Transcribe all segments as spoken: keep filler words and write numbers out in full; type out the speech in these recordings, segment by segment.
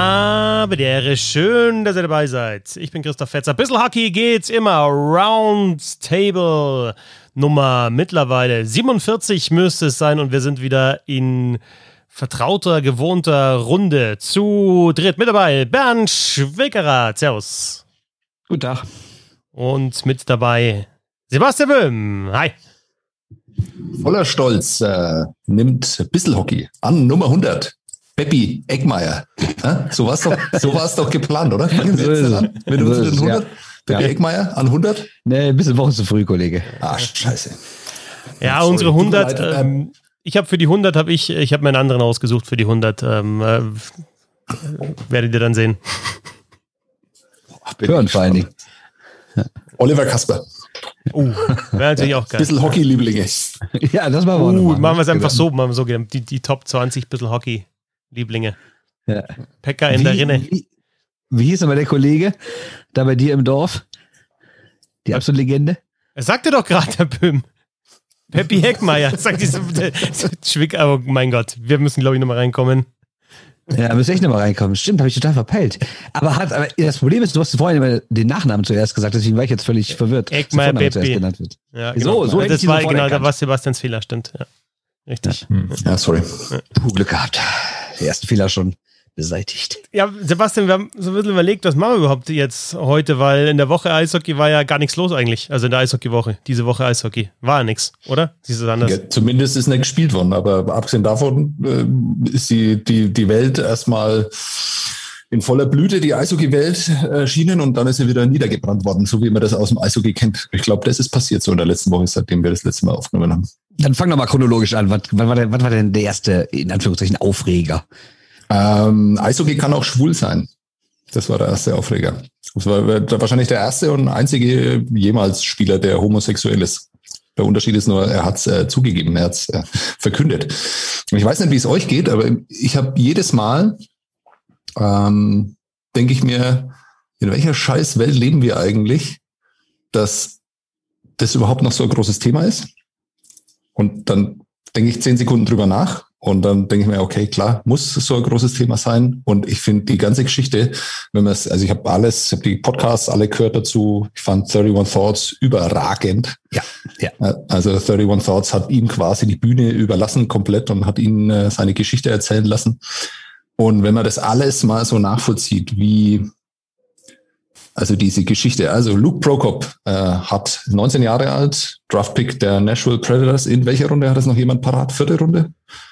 Habe die Ehre, schön, dass ihr dabei seid. Ich bin Christoph Fetzer. Bissl Hockey geht's immer. Roundtable Nummer mittlerweile siebenundvierzig müsste es sein und wir sind wieder in vertrauter, gewohnter Runde zu dritt. Mit dabei Bernd Schwickerer. Servus. Guten Tag. Und mit dabei Sebastian Böhm. Hi. Voller Stolz äh, nimmt Bissl Hockey an Nummer hundert. Peppi Eckmeier. Ja, so war es doch, so war's doch geplant, oder? Fangen Sie jetzt an mit so unseren hundert. Ja. Peppi Ja. Eckmeier an hundert? Nee, ein bisschen Woche zu früh, Kollege. Ah, scheiße. Ja, Sorry, unsere hundert. tut mir leid, Ähm, ich habe für die hundert, habe ich, ich habe mir einen anderen ausgesucht für die hundert. Ähm, äh, werdet ihr dann sehen. Ach, bin Hören ich vor allen Dingen. Oliver Kasper. Uh, wäre natürlich auch geil. Bissl Hockey-Lieblinge. Ja, das machen wir auch Uh, noch machen wir es einfach Genau. so, machen wir so die, die Top zwanzig Bissl Hockey-Lieblinge. Ja. Pekka in der Wie, Rinne. wie, wie hieß aber der Kollege da bei dir im Dorf? Die absolute Legende? Das sagte doch gerade der Böhm. Peppi Heckmeier. Sagt diese Schwick, oh mein Gott, wir müssen, glaube ich, nochmal reinkommen. Ja, da müsste echt nochmal reinkommen. Stimmt, habe ich total verpeilt. Aber hat, aber das Problem ist, du hast vorhin immer den Nachnamen zuerst gesagt, deswegen war ich jetzt völlig verwirrt. dass der Eckmeier Vorname zuerst Peppi. genannt wird. Ja, So, genau. so hätte ich das ihn war sofort genau, da erkannt. war Sebastians Fehler, stimmt. Ja. Richtig. Ja, sorry. Puh, Glück gehabt. Der erste Fehler schon beseitigt. Ja, Sebastian, wir haben so ein bisschen überlegt, was machen wir überhaupt jetzt heute, weil in der Woche Eishockey war ja gar nichts los eigentlich. Also in der Eishockey-Woche, diese Woche Eishockey. War ja nichts, oder? Siehst du das anders? Ja, zumindest ist nicht gespielt worden, aber abgesehen davon äh, ist die, die, die Welt erstmal in voller Blüte, die Eishockey-Welt erschienen und dann ist sie wieder niedergebrannt worden, so wie man das aus dem Eishockey kennt. Ich glaube, das ist passiert so in der letzten Woche, seitdem wir das letzte Mal aufgenommen haben. Dann fang doch mal chronologisch an. Was, was, war, denn, was war denn der erste, in Anführungszeichen, Aufreger? Ähm, Eishockey kann auch schwul sein. Das war der erste Aufreger. Das war wahrscheinlich der erste und einzige jemals Spieler, der homosexuell ist. Der Unterschied ist nur, er hat es äh, zugegeben, er hat es äh, verkündet. Und ich weiß nicht, wie es euch geht, aber ich habe jedes Mal, ähm, denke ich mir, in welcher scheiß Welt leben wir eigentlich, dass das überhaupt noch so ein großes Thema ist? Und dann denke ich zehn Sekunden drüber nach. Und dann denke ich mir, okay, klar, muss so ein großes Thema sein. Und ich finde die ganze Geschichte, wenn man es, also ich habe alles, ich habe die Podcasts alle gehört dazu. Ich fand einunddreißig Thoughts überragend. Ja, ja. Also einunddreißig Thoughts hat ihm quasi die Bühne überlassen komplett und hat ihn äh, seine Geschichte erzählen lassen. Und wenn man das alles mal so nachvollzieht, wie, also diese Geschichte, also Luke Prokop äh, hat neunzehn Jahre alt, Draftpick der Nashville Predators. In welcher Runde hat das noch jemand parat? Vierte Runde?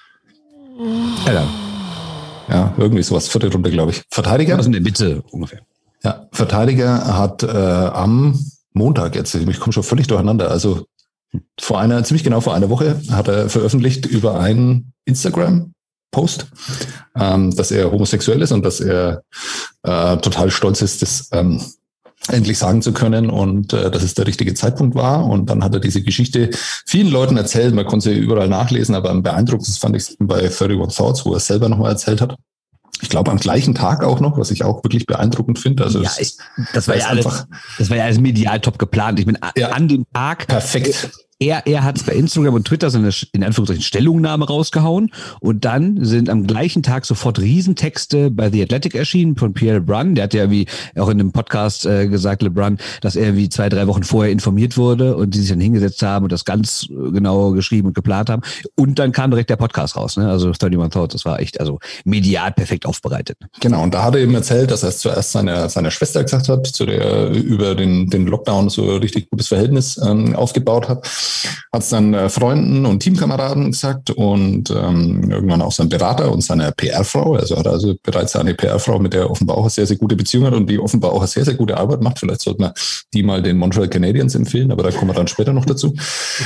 Ja, Ja, irgendwie sowas. Vierte Runde, glaube ich. Verteidiger? also in der Mitte ungefähr. Ja, Verteidiger hat äh, am Montag jetzt, ich komme schon völlig durcheinander, also vor einer, ziemlich genau vor einer Woche hat er veröffentlicht über einen Instagram-Post, ähm, dass er homosexuell ist und dass er äh, total stolz ist, das ähm, endlich sagen zu können und äh, dass es der richtige Zeitpunkt war. Und dann hat er diese Geschichte vielen Leuten erzählt. Man konnte sie überall nachlesen, aber am beeindruckendsten fand ich es bei einunddreißig Thoughts, wo er es selber nochmal erzählt hat. Ich glaube am gleichen Tag auch noch, was ich auch wirklich beeindruckend finde. Also Ja, das, ich, das war das ja ist alles, einfach das war ja alles medial top geplant. Ich bin Ja. an dem Tag perfekt. Er, er hat bei Instagram und Twitter seine, in Anführungszeichen, Stellungnahme rausgehauen und dann sind am gleichen Tag sofort Riesentexte bei The Athletic erschienen von Pierre LeBrun. Der hat ja wie auch in einem Podcast äh, gesagt, LeBrun, dass er wie zwei, drei Wochen vorher informiert wurde und die sich dann hingesetzt haben und das ganz äh, genau geschrieben und geplant haben. Und dann kam direkt der Podcast raus, ne? Also einunddreißig Thoughts, das war echt, also medial perfekt aufbereitet. Genau, und da hat er eben erzählt, dass er es zuerst seiner, seiner Schwester gesagt hat, zu der er über den, den Lockdown so ein richtig gutes Verhältnis ähm, aufgebaut hat. Hat es dann äh, Freunden und Teamkameraden gesagt und ähm, irgendwann auch seinem Berater und seiner P R-Frau. Also hat er also bereits eine P R-Frau, mit der er offenbar auch eine sehr, sehr gute Beziehung hat und die offenbar auch eine sehr, sehr gute Arbeit macht. Vielleicht sollte man die mal den Montreal Canadiens empfehlen, aber da kommen wir dann später noch dazu.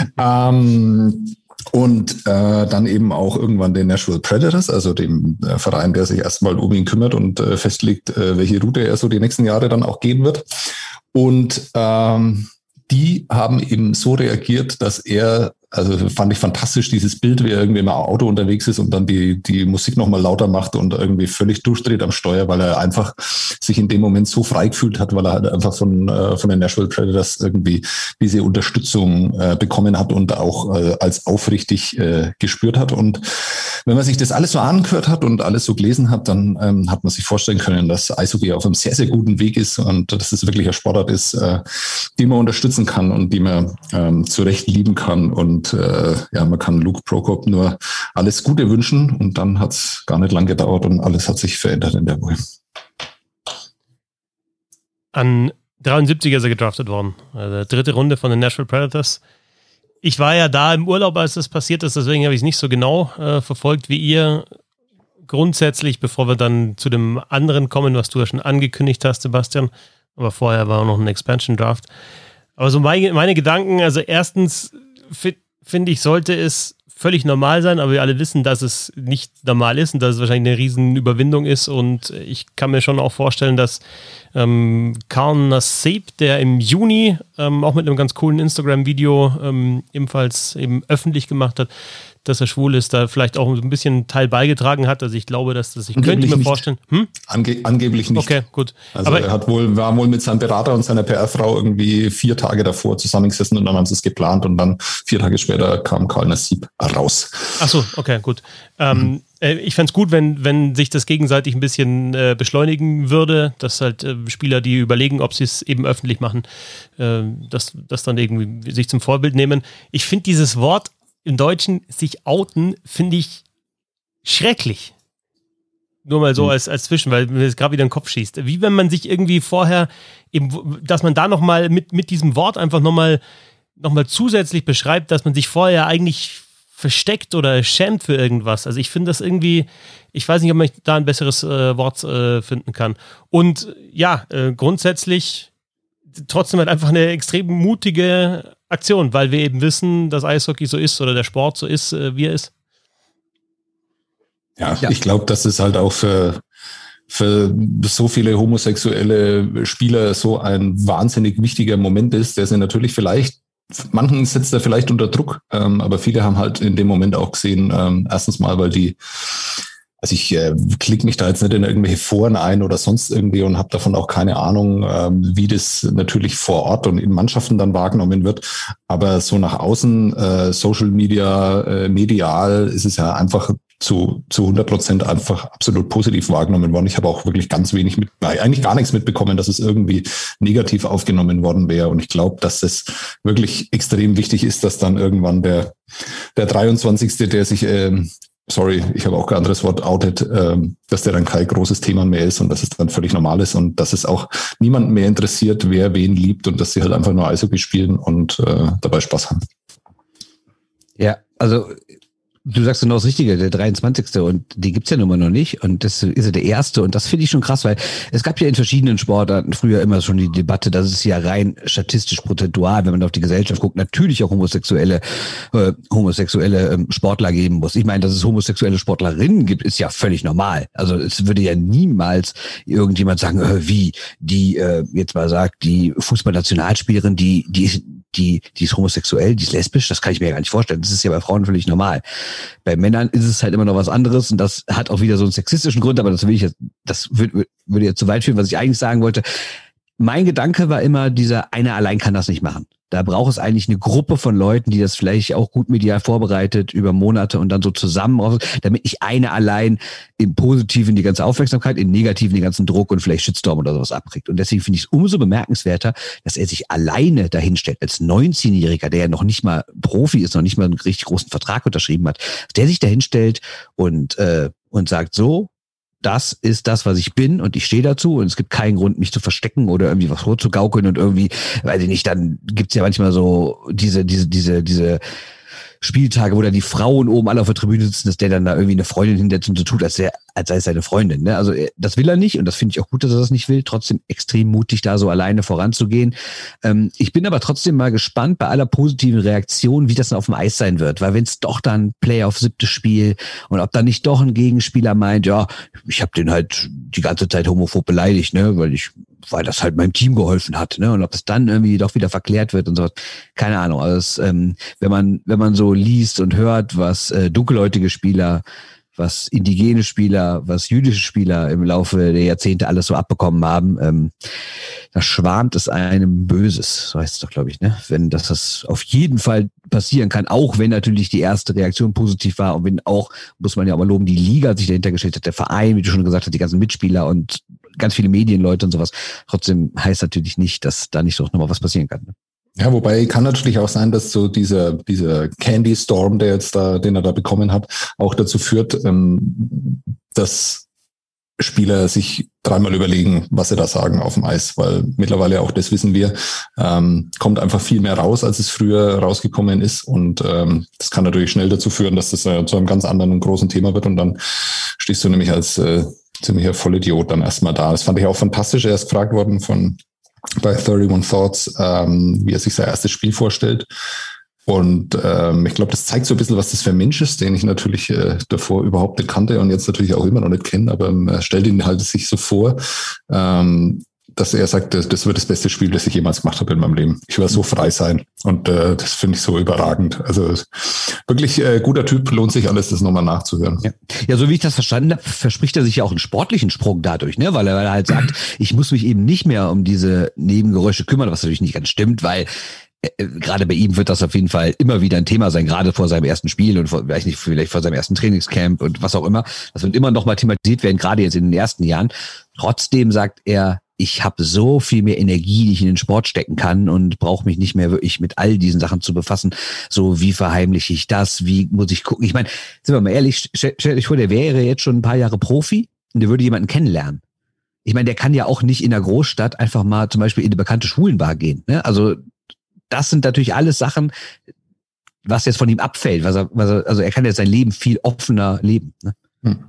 Ähm, Und äh, dann eben auch irgendwann den Nashville Predators, also dem äh, Verein, der sich erstmal um ihn kümmert und äh, festlegt, äh, welche Route er so die nächsten Jahre dann auch gehen wird. Und ähm, die haben eben so reagiert, dass er Also fand ich fantastisch, dieses Bild, wie er irgendwie im Auto unterwegs ist und dann die, die Musik nochmal lauter macht und irgendwie völlig durchdreht am Steuer, weil er einfach sich in dem Moment so frei gefühlt hat, weil er halt einfach von, äh, von den Nashville Predators irgendwie diese Unterstützung äh, bekommen hat und auch äh, als aufrichtig äh, gespürt hat. Und wenn man sich das alles so angehört hat und alles so gelesen hat, dann ähm, hat man sich vorstellen können, dass Eishockey auf einem sehr, sehr guten Weg ist und dass es wirklich ein Sportart ist, äh, die man unterstützen kann und die man ähm, zu Recht lieben kann. Und Und äh, ja, man kann Luke Prokop nur alles Gute wünschen und dann hat es gar nicht lang gedauert und alles hat sich verändert in der Woche. An dreiundsiebzig ist er gedraftet worden. Also dritte Runde von den Nashville Predators. Ich war ja da im Urlaub, als das passiert ist, deswegen habe ich es nicht so genau äh, verfolgt wie ihr. Grundsätzlich, bevor wir dann zu dem anderen kommen, was du ja schon angekündigt hast, Sebastian, aber vorher war auch noch ein Expansion Draft. Aber so meine, meine Gedanken, also erstens finde ich, sollte es völlig normal sein, aber wir alle wissen, dass es nicht normal ist und dass es wahrscheinlich eine riesen Überwindung ist und ich kann mir schon auch vorstellen, dass ähm, Carl Nassib, der im Juni ähm, auch mit einem ganz coolen Instagram-Video ähm, ebenfalls eben öffentlich gemacht hat, dass er schwul ist, da vielleicht auch ein bisschen Teil beigetragen hat. Also ich glaube, dass das, ich Angeblich könnte mir nicht. vorstellen. Hm? Ange- angeblich nicht. Okay, gut. Also aber er hat wohl, war wohl mit seinem Berater und seiner P R-Frau irgendwie vier Tage davor zusammengesessen und dann haben sie es geplant und dann vier Tage später kam Carl Nassib raus. Ach so, okay, gut. Ähm, mhm. äh, ich fände es gut, wenn, wenn sich das gegenseitig ein bisschen äh, beschleunigen würde, dass halt äh, Spieler, die überlegen, ob sie es eben öffentlich machen, äh, dass das dann irgendwie sich zum Vorbild nehmen. Ich finde dieses Wort im Deutschen sich outen, finde ich schrecklich. Nur mal so mhm. als, als Zwischen, weil mir das gerade wieder in den Kopf schießt. Wie wenn man sich irgendwie vorher, eben, dass man da nochmal mit, mit diesem Wort einfach nochmal noch mal zusätzlich beschreibt, dass man sich vorher eigentlich versteckt oder schämt für irgendwas. Also ich finde das irgendwie, ich weiß nicht, ob man da ein besseres äh, Wort äh, finden kann. Und ja, äh, grundsätzlich trotzdem halt einfach eine extrem mutige Aktion, weil wir eben wissen, dass Eishockey so ist oder der Sport so ist, wie er ist. Ja, ja. Ich glaube, dass es halt auch für, für so viele homosexuelle Spieler so ein wahnsinnig wichtiger Moment ist, der sie natürlich vielleicht, manchen setzt er vielleicht unter Druck, ähm, aber viele haben halt in dem Moment auch gesehen, ähm, erstens mal, weil die Also ich äh, klicke mich da jetzt nicht in irgendwelche Foren ein oder sonst irgendwie und habe davon auch keine Ahnung, ähm, wie das natürlich vor Ort und in Mannschaften dann wahrgenommen wird. Aber so nach außen, äh, Social Media, äh, medial ist es ja einfach zu zu hundert Prozent einfach absolut positiv wahrgenommen worden. Ich habe auch wirklich ganz wenig mit, eigentlich gar nichts mitbekommen, dass es irgendwie negativ aufgenommen worden wäre. Und ich glaube, dass es wirklich extrem wichtig ist, dass dann irgendwann der der dreiundzwanzigste, der sich ähm, sorry, ich habe auch kein anderes Wort, outet, ähm, dass der dann kein großes Thema mehr ist und dass es dann völlig normal ist und dass es auch niemanden mehr interessiert, wer wen liebt und dass sie halt einfach nur Eishockey spielen und äh, dabei Spaß haben. Ja, also du sagst genau das Richtige, der dreiundzwanzigste und die gibt's ja nun mal noch nicht und das ist ja der erste und das finde ich schon krass, weil es gab ja in verschiedenen Sportarten früher immer schon die Debatte, dass es ja rein statistisch prozentual, wenn man auf die Gesellschaft guckt, natürlich auch homosexuelle äh, homosexuelle ähm, Sportler geben muss. Ich meine, dass es homosexuelle Sportlerinnen gibt, ist ja völlig normal. Also es würde ja niemals irgendjemand sagen, äh, wie die äh, jetzt mal sagt, die Fußballnationalspielerin, die die ist die die ist homosexuell, die ist lesbisch, das kann ich mir ja gar nicht vorstellen. Das ist ja bei Frauen völlig normal. Bei Männern ist es halt immer noch was anderes und das hat auch wieder so einen sexistischen Grund, aber das will ich jetzt, das würde, würde jetzt zu weit führen, was ich eigentlich sagen wollte. Mein Gedanke war immer, dieser einer allein kann das nicht machen. Da braucht es eigentlich eine Gruppe von Leuten, die das vielleicht auch gut medial vorbereitet über Monate und dann so zusammen, damit nicht einer allein im Positiven die ganze Aufmerksamkeit, im Negativen den ganzen Druck und vielleicht Shitstorm oder sowas abkriegt. Und deswegen finde ich es umso bemerkenswerter, dass er sich alleine dahinstellt, als neunzehnjähriger, der ja noch nicht mal Profi ist, noch nicht mal einen richtig großen Vertrag unterschrieben hat, der sich dahinstellt und, äh, und sagt so, das ist das, was ich bin und ich stehe dazu und es gibt keinen Grund, mich zu verstecken oder irgendwie was vorzugaukeln und irgendwie, weiß ich nicht, dann gibt's ja manchmal so diese, diese, diese, diese Spieltage, wo dann die Frauen oben alle auf der Tribüne sitzen, dass der dann da irgendwie eine Freundin hinsetzt und so tut, als, er, als sei es seine Freundin. Ne? Also das will er nicht und das finde ich auch gut, dass er das nicht will. Trotzdem extrem mutig, da so alleine voranzugehen. Ähm, ich bin aber trotzdem mal gespannt bei aller positiven Reaktion, wie das dann auf dem Eis sein wird. Weil wenn es doch dann Playoff siebtes Spiel und ob dann nicht doch ein Gegenspieler meint, ja, ich habe den halt die ganze Zeit homophob beleidigt, ne, weil ich weil das halt meinem Team geholfen hat, ne? Und ob es dann irgendwie doch wieder verklärt wird und so. Keine Ahnung. Also es, ähm, wenn man, wenn man so liest und hört, was äh, dunkelhäutige Spieler, was indigene Spieler, was jüdische Spieler im Laufe der Jahrzehnte alles so abbekommen haben, ähm, da schwant es einem Böses, so heißt es doch, glaube ich, ne? Wenn das, das auf jeden Fall passieren kann, auch wenn natürlich die erste Reaktion positiv war und wenn auch, muss man ja auch mal loben, die Liga sich dahinter gestellt hat, der Verein, wie du schon gesagt hast, die ganzen Mitspieler und ganz viele Medienleute und sowas. Trotzdem heißt natürlich nicht, dass da nicht doch nochmal was passieren kann, ne? Ja, wobei kann natürlich auch sein, dass so dieser dieser Candy Storm, der jetzt da, den er da bekommen hat, auch dazu führt, ähm, dass Spieler sich dreimal überlegen, was sie da sagen auf dem Eis, weil mittlerweile auch das wissen wir, ähm, kommt einfach viel mehr raus, als es früher rausgekommen ist und ähm, das kann natürlich schnell dazu führen, dass das äh, zu einem ganz anderen und großen Thema wird und dann stehst du nämlich als äh, ziemlicher Vollidiot dann erstmal da. Das fand ich auch fantastisch. Er ist gefragt worden von bei thirty-one Thoughts, ähm, wie er sich sein erstes Spiel vorstellt. Und ähm, ich glaube, das zeigt so ein bisschen, was das für ein Mensch ist, den ich natürlich äh, davor überhaupt nicht kannte und jetzt natürlich auch immer noch nicht kenne, aber ähm, er stellt ihn halt sich so vor, ähm, dass er sagt, das, das wird das beste Spiel, das ich jemals gemacht habe in meinem Leben. Ich werde so frei sein und äh, das finde ich so überragend. Also wirklich äh, guter Typ, lohnt sich alles, das nochmal nachzuhören. Ja. ja, so wie ich das verstanden habe, verspricht er sich ja auch einen sportlichen Sprung dadurch, ne? Weil er, weil er halt sagt, ich muss mich eben nicht mehr um diese Nebengeräusche kümmern, was natürlich nicht ganz stimmt, weil äh, gerade bei ihm wird das auf jeden Fall immer wieder ein Thema sein, gerade vor seinem ersten Spiel und vor, weiß nicht, vielleicht vor seinem ersten Trainingscamp und was auch immer. Das wird immer noch mal thematisiert werden, gerade jetzt in den ersten Jahren. Trotzdem sagt er, ich habe so viel mehr Energie, die ich in den Sport stecken kann und brauche mich nicht mehr wirklich mit all diesen Sachen zu befassen. So, wie verheimliche ich das? Wie muss ich gucken? Ich meine, sind wir mal ehrlich, stellt euch vor, der wäre jetzt schon ein paar Jahre Profi und der würde jemanden kennenlernen. Ich meine, der kann ja auch nicht in der Großstadt einfach mal zum Beispiel in eine bekannte Schwulenbar gehen, ne? Also das sind natürlich alles Sachen, was jetzt von ihm abfällt. Was er, was er, also er kann jetzt sein Leben viel offener leben, ne? Hm.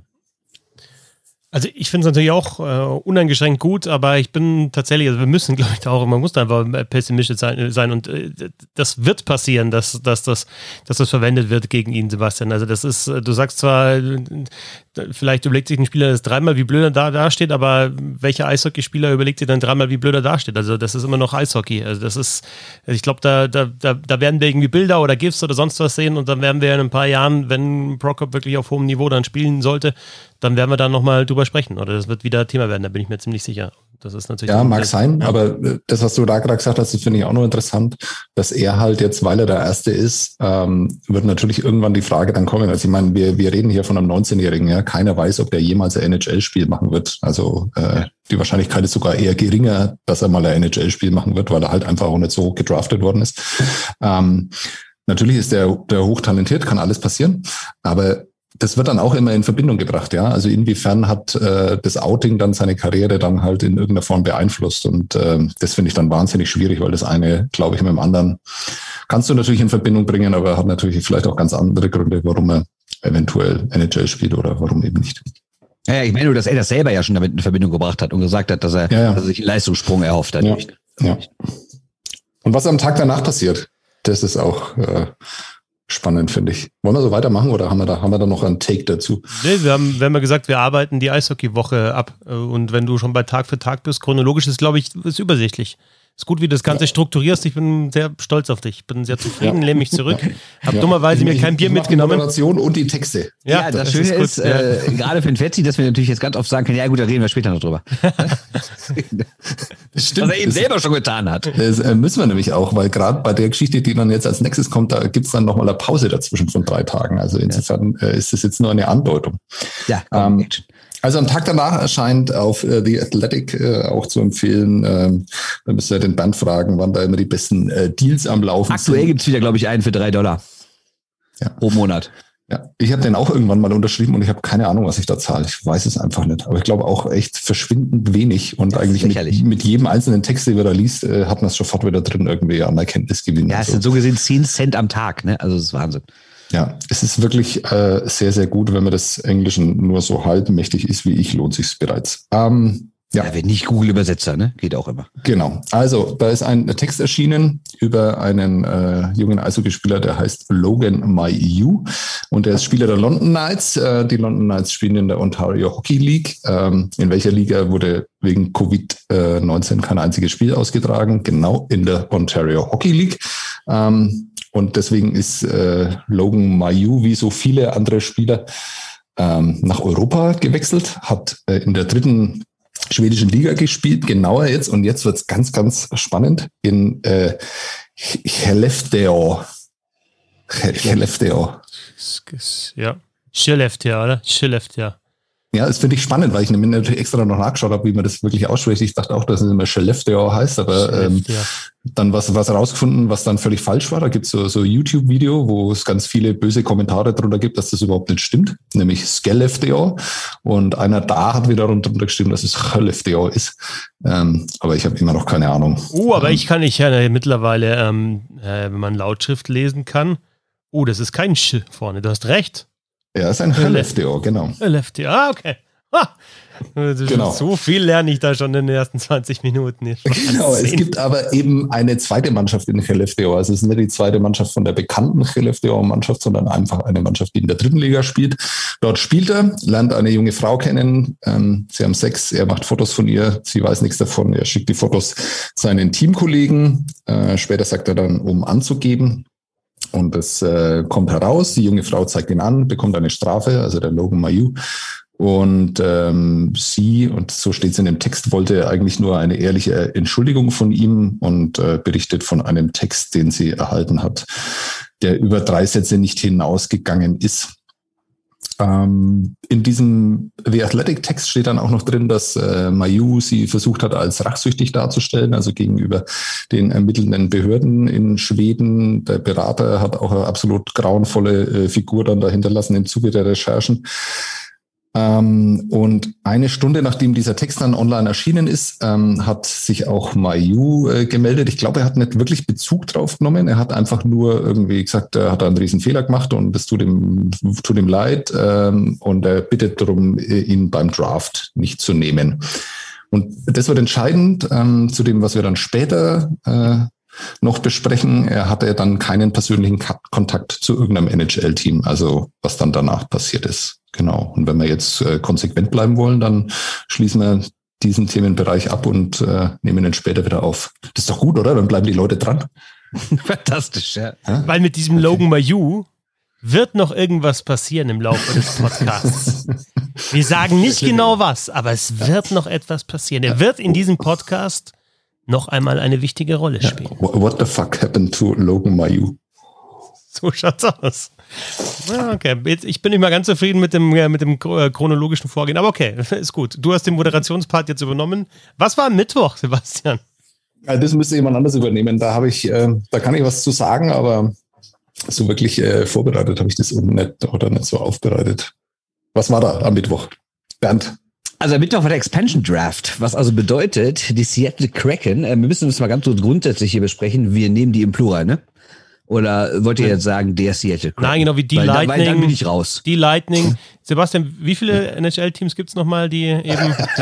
Also ich finde es natürlich auch äh, uneingeschränkt gut, aber ich bin tatsächlich, also wir müssen, glaube ich, da auch, man muss da einfach pessimistisch sein, sein und äh, das wird passieren, dass, dass, das, dass das verwendet wird gegen ihn, Sebastian. Also das ist, du sagst zwar, vielleicht überlegt sich ein Spieler das dreimal, wie blöd er da dasteht, aber welcher Eishockeyspieler überlegt sich dann dreimal, wie blöd er dasteht? Also das ist immer noch Eishockey. Also das ist, ich glaube, da, da, da, da werden wir irgendwie Bilder oder GIFs oder sonst was sehen und dann werden wir in ein paar Jahren, wenn Prokop wirklich auf hohem Niveau dann spielen sollte, dann werden wir da nochmal drüber sprechen oder das wird wieder Thema werden, da bin ich mir ziemlich sicher. Das ist natürlich ja, mag sein, ja. Aber das, was du da gerade gesagt hast, das finde ich auch noch interessant, dass er halt jetzt, weil er der Erste ist, ähm, wird natürlich irgendwann die Frage dann kommen. Also ich meine, wir, wir reden hier von einem neunzehnjährigen, ja, keiner weiß, ob der jemals ein N H L-Spiel machen wird. Also äh, ja. Die Wahrscheinlichkeit ist sogar eher geringer, dass er mal ein N H L-Spiel machen wird, weil er halt einfach auch nicht so hoch gedraftet worden ist. Ähm, natürlich ist der, der hochtalentiert, kann alles passieren, aber das wird dann auch immer in Verbindung gebracht, ja. Also inwiefern hat äh, das Outing dann seine Karriere dann halt in irgendeiner Form beeinflusst und äh, das finde ich dann wahnsinnig schwierig, weil das eine, glaube ich, mit dem anderen kannst du natürlich in Verbindung bringen, aber hat natürlich vielleicht auch ganz andere Gründe, warum er eventuell N H L spielt oder warum eben nicht. Ja, ja, ich meine nur, dass er das selber ja schon damit in Verbindung gebracht hat und gesagt hat, dass er, ja, ja. Dass er sich einen Leistungssprung erhofft hat. Ja, ja. Und was am Tag danach passiert, das ist auch äh, spannend, finde ich. Wollen wir so weitermachen oder haben wir da, haben wir da noch einen Take dazu? Nee, wir haben, wir haben ja gesagt, wir arbeiten die Eishockey-Woche ab. Und wenn du schon bei Tag für Tag bist, chronologisch ist, glaube ich, ist übersichtlich. Ist gut, wie du das Ganze ja. strukturierst. Ich bin sehr stolz auf dich. Ich bin sehr zufrieden, ja. lehne mich zurück. Hab ja. dummerweise ich, mir kein Bier mitgenommen. Die Moderation und die Texte. Ja, ja das, das Schöne ist, ist äh, ja. gerade für den Fetzi, dass wir natürlich jetzt ganz oft sagen können, ja gut, da reden wir später noch drüber. Das stimmt. Was er eben selber schon getan hat. Das äh, müssen wir nämlich auch, weil gerade bei der Geschichte, die dann jetzt als nächstes kommt, da gibt's dann nochmal eine Pause dazwischen von drei Tagen. Also insofern ja. äh, ist das jetzt nur eine Andeutung. Ja, komm, ähm, Also am Tag danach erscheint auf äh, The Athletic äh, auch zu empfehlen, ähm, da müsst ihr den Bernd fragen, wann da immer die besten äh, Deals am Laufen Aktuell sind. Aktuell gibt's wieder, glaube ich, einen für drei Dollar ja. pro Monat. Ja, ich habe den auch irgendwann mal unterschrieben und ich habe keine Ahnung, was ich da zahle. Ich weiß es einfach nicht. Aber ich glaube auch echt verschwindend wenig und eigentlich mit, mit jedem einzelnen Text, den wir da liest, äh, hat man es sofort wieder drin irgendwie an Erkenntnisgewinn. Ja, es so. sind so gesehen zehn Cent am Tag, ne? Also das ist Wahnsinn. Ja, es ist wirklich äh, sehr, sehr gut, wenn man des Englischen nur so halbmächtig ist wie ich, lohnt sich's bereits. Ähm, Ja, ja, wenn nicht Google-Übersetzer, ne? Geht auch immer. Genau. Also, da ist ein Text erschienen über einen äh, jungen Eishockeyspieler, der heißt Logan Mailloux und der ist Spieler der London Knights. Äh, die London Knights spielen in der Ontario Hockey League. Ähm, in welcher Liga wurde wegen Covid neunzehn kein einziges Spiel ausgetragen? Genau, in der Ontario Hockey League. Ähm, und deswegen ist äh, Logan Mailloux wie so viele andere Spieler ähm, nach Europa gewechselt, hat äh, in der dritten schwedischen Liga gespielt, genauer jetzt, und jetzt wird's ganz, ganz spannend, in äh, Skellefteå. Skellefteå. Ja, Skellefteå, oder? Skellefteå. Ja, das finde ich spannend, weil ich mir natürlich extra noch nachgeschaut habe, wie man das wirklich ausspricht. Ich dachte auch, dass es immer Skellefteå heißt, aber ähm, dann was was rausgefunden, was dann völlig falsch war. Da gibt es so, so YouTube-Video, wo es ganz viele böse Kommentare drunter gibt, dass das überhaupt nicht stimmt, nämlich Skellefteå. Und einer da hat wieder drunter geschrieben, dass es Skellefteå ist. Ähm, aber ich habe immer noch keine Ahnung. Oh, aber ähm, ich kann nicht ja mittlerweile, ähm, äh, wenn man Lautschrift lesen kann, oh, das ist kein Sch vorne, du hast recht. Ja, ist ein Skellefteå, genau. Skellefteå, ah, okay. Ha. Genau. So viel lerne ich da schon in den ersten zwanzig Minuten. Genau, es gibt aber eben eine zweite Mannschaft in Skellefteå. Also es ist nicht die zweite Mannschaft von der bekannten Skellefteå-Mannschaft, sondern einfach eine Mannschaft, die in der dritten Liga spielt. Dort spielt er, lernt eine junge Frau kennen. Ähm, sie haben Sex, er macht Fotos von ihr, sie weiß nichts davon. Er schickt die Fotos seinen Teamkollegen. Äh, später sagt er dann, um anzugeben. Und das äh, kommt heraus, die junge Frau zeigt ihn an, bekommt eine Strafe, also der Logan Mailloux. Und ähm, sie, und so steht es in dem Text, wollte eigentlich nur eine ehrliche Entschuldigung von ihm und äh, berichtet von einem Text, den sie erhalten hat, der über drei Sätze nicht hinausgegangen ist. Ähm, in diesem The Athletic-Text steht dann auch noch drin, dass äh, Mailloux sie versucht hat, als rachsüchtig darzustellen, also gegenüber den ermittelnden Behörden in Schweden. Der Berater hat auch eine absolut grauenvolle äh, Figur dann da hinterlassen im Zuge der Recherchen. Ähm, und eine Stunde nachdem dieser Text dann online erschienen ist, ähm, hat sich auch Mailloux äh, gemeldet. Ich glaube, er hat nicht wirklich Bezug drauf genommen. Er hat einfach nur irgendwie gesagt, er hat einen riesen Fehler gemacht und es tut ihm, tut ihm leid. Ähm, und er bittet darum, ihn beim Draft nicht zu nehmen. Und das wird entscheidend ähm, zu dem, was wir dann später äh, noch besprechen. Er hatte dann keinen persönlichen Kontakt zu irgendeinem N H L-Team, also was dann danach passiert ist. Genau. Und wenn wir jetzt äh, konsequent bleiben wollen, dann schließen wir diesen Themenbereich ab und äh, nehmen ihn später wieder auf. Das ist doch gut, oder? Dann bleiben die Leute dran. Fantastisch, ja. ja. Weil mit diesem Logan Mailloux wird noch irgendwas passieren im Laufe des Podcasts. Wir sagen nicht genau was, aber es wird noch etwas passieren. Er wird in diesem Podcast noch einmal eine wichtige Rolle spielen. Ja. What the fuck happened to Logan Mailloux? So schaut's aus. Ja, okay, jetzt, ich bin nicht mal ganz zufrieden mit dem, mit dem chronologischen Vorgehen, aber okay, ist gut. Du hast den Moderationspart jetzt übernommen. Was war am Mittwoch, Sebastian? Ja, das müsste jemand anders übernehmen. Da habe ich, äh, da kann ich was zu sagen, aber so wirklich äh, vorbereitet habe ich das nicht oder nicht so aufbereitet. Was war da am Mittwoch? Bernd? Also am Mittwoch war der Expansion Draft, was also bedeutet, die Seattle Kraken, äh, wir müssen das mal ganz so grundsätzlich hier besprechen, wir nehmen die im Plural, ne? Oder wollt ihr jetzt sagen, der Seattle Kraken? Nein, genau, wie die weil Lightning. Da, weil dann bin ich raus. Die Lightning. Sebastian, wie viele N H L-Teams gibt es nochmal, die eben...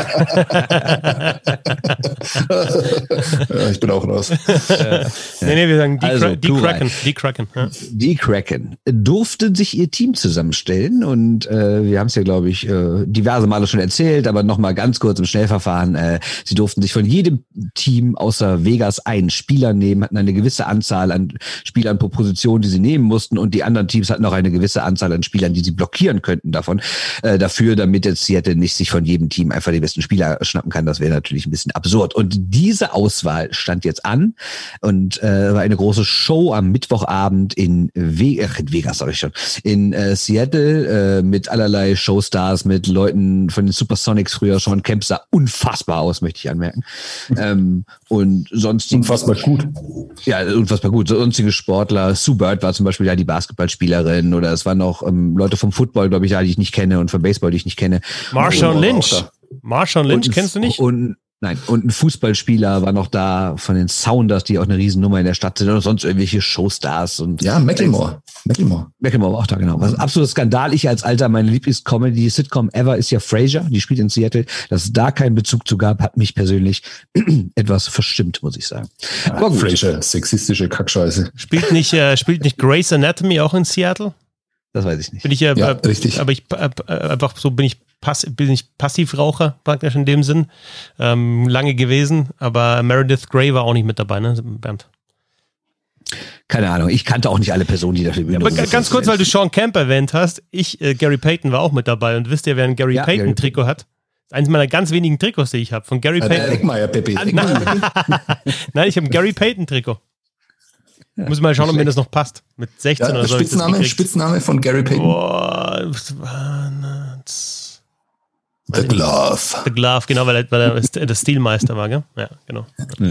ja, ich bin auch raus. äh, nee, nee, wir sagen die, also, Kra- die Kraken. Die Kraken. Ja. Die Kraken durften sich ihr Team zusammenstellen und äh, wir haben es ja, glaube ich, äh, diverse Male schon erzählt, aber nochmal ganz kurz im Schnellverfahren. Äh, sie durften sich von jedem Team außer Vegas einen Spieler nehmen, hatten eine gewisse Anzahl an Spielern pro Position, die sie nehmen mussten und die anderen Teams hatten auch eine gewisse Anzahl an Spielern, die sie blockieren könnten davon. Äh, dafür, damit jetzt Seattle nicht sich von jedem Team einfach die besten Spieler schnappen kann. Das wäre natürlich ein bisschen absurd. Und diese Auswahl stand jetzt an und äh, war eine große Show am Mittwochabend in, We- Ach, in Vegas, sag ich schon, in äh, Seattle äh, mit allerlei Showstars, mit Leuten von den Supersonics früher. Sean Kemp sah unfassbar aus, möchte ich anmerken. ähm, und sonst unfassbar gut. Ja, unfassbar gut. Sonstige Sportler. Sue Bird war zum Beispiel ja die Basketballspielerin oder es waren noch ähm, Leute vom Football, glaube ich, ja, die ich nicht kenne und vom Baseball, die ich nicht kenne. Marshawn Lynch. Marshawn Lynch, und, kennst du nicht? Und Nein, und ein Fußballspieler war noch da von den Sounders, die auch eine Riesennummer in der Stadt sind, oder sonst irgendwelche Showstars. Und ja, Macklemore. Macklemore. Macklemore war auch da, genau. Was ein absoluter Skandal. Ich als Alter, meine Lieblings-Comedy-Sitcom ever ist ja Frasier, die spielt in Seattle. Dass es da keinen Bezug zu gab, hat mich persönlich etwas verstimmt, muss ich sagen. Ja, aber gut. Frasier, sexistische Kackscheiße. Spielt nicht, äh, spielt nicht Grey's Anatomy auch in Seattle? Das weiß ich nicht. Bin ich äh, ja, äh, richtig. Aber ich äh, einfach so bin ich Pass, bin ich Passivraucher praktisch in dem Sinn. Ähm, lange gewesen, aber Meredith Grey war auch nicht mit dabei, ne, Bernd? Keine Ahnung, ich kannte auch nicht alle Personen, die dafür ja, aber g- Ganz kurz, weil du Sean Kemp erwähnt hast, ich, äh, Gary Payton war auch mit dabei und wisst ihr, wer ein Gary ja, Payton-Trikot hat? Das ist eines meiner ganz wenigen Trikots, die ich habe, von Gary Payton. Eckmeier, Peppi. Nein, ich habe ein Gary Payton-Trikot. Ja, muss mal schauen, ob mir das noch passt. Mit sechzehn ja, oder so. Spitzname, Spitzname von Gary Payton. Boah, was war das? The Glove. The Glove, genau, weil er, weil er der Stilmeister war, gell? Ja, genau. Ja.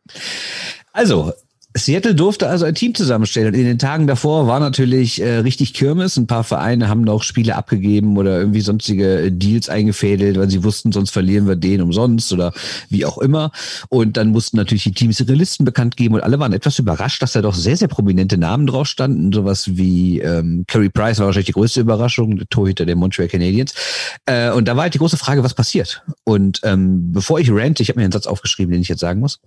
Also, Seattle durfte also ein Team zusammenstellen und in den Tagen davor war natürlich äh, richtig Kirmes. Ein paar Vereine haben noch Spiele abgegeben oder irgendwie sonstige Deals eingefädelt, weil sie wussten, sonst verlieren wir den umsonst oder wie auch immer. Und dann mussten natürlich die Teams ihre Listen bekannt geben und alle waren etwas überrascht, dass da doch sehr, sehr prominente Namen drauf standen. Sowas wie ähm, Carey Price war wahrscheinlich die größte Überraschung, der Torhüter der Montreal Canadiens. Äh, und da war halt die große Frage, was passiert? Und ähm, bevor ich rante, ich habe mir einen Satz aufgeschrieben, den ich jetzt sagen muss.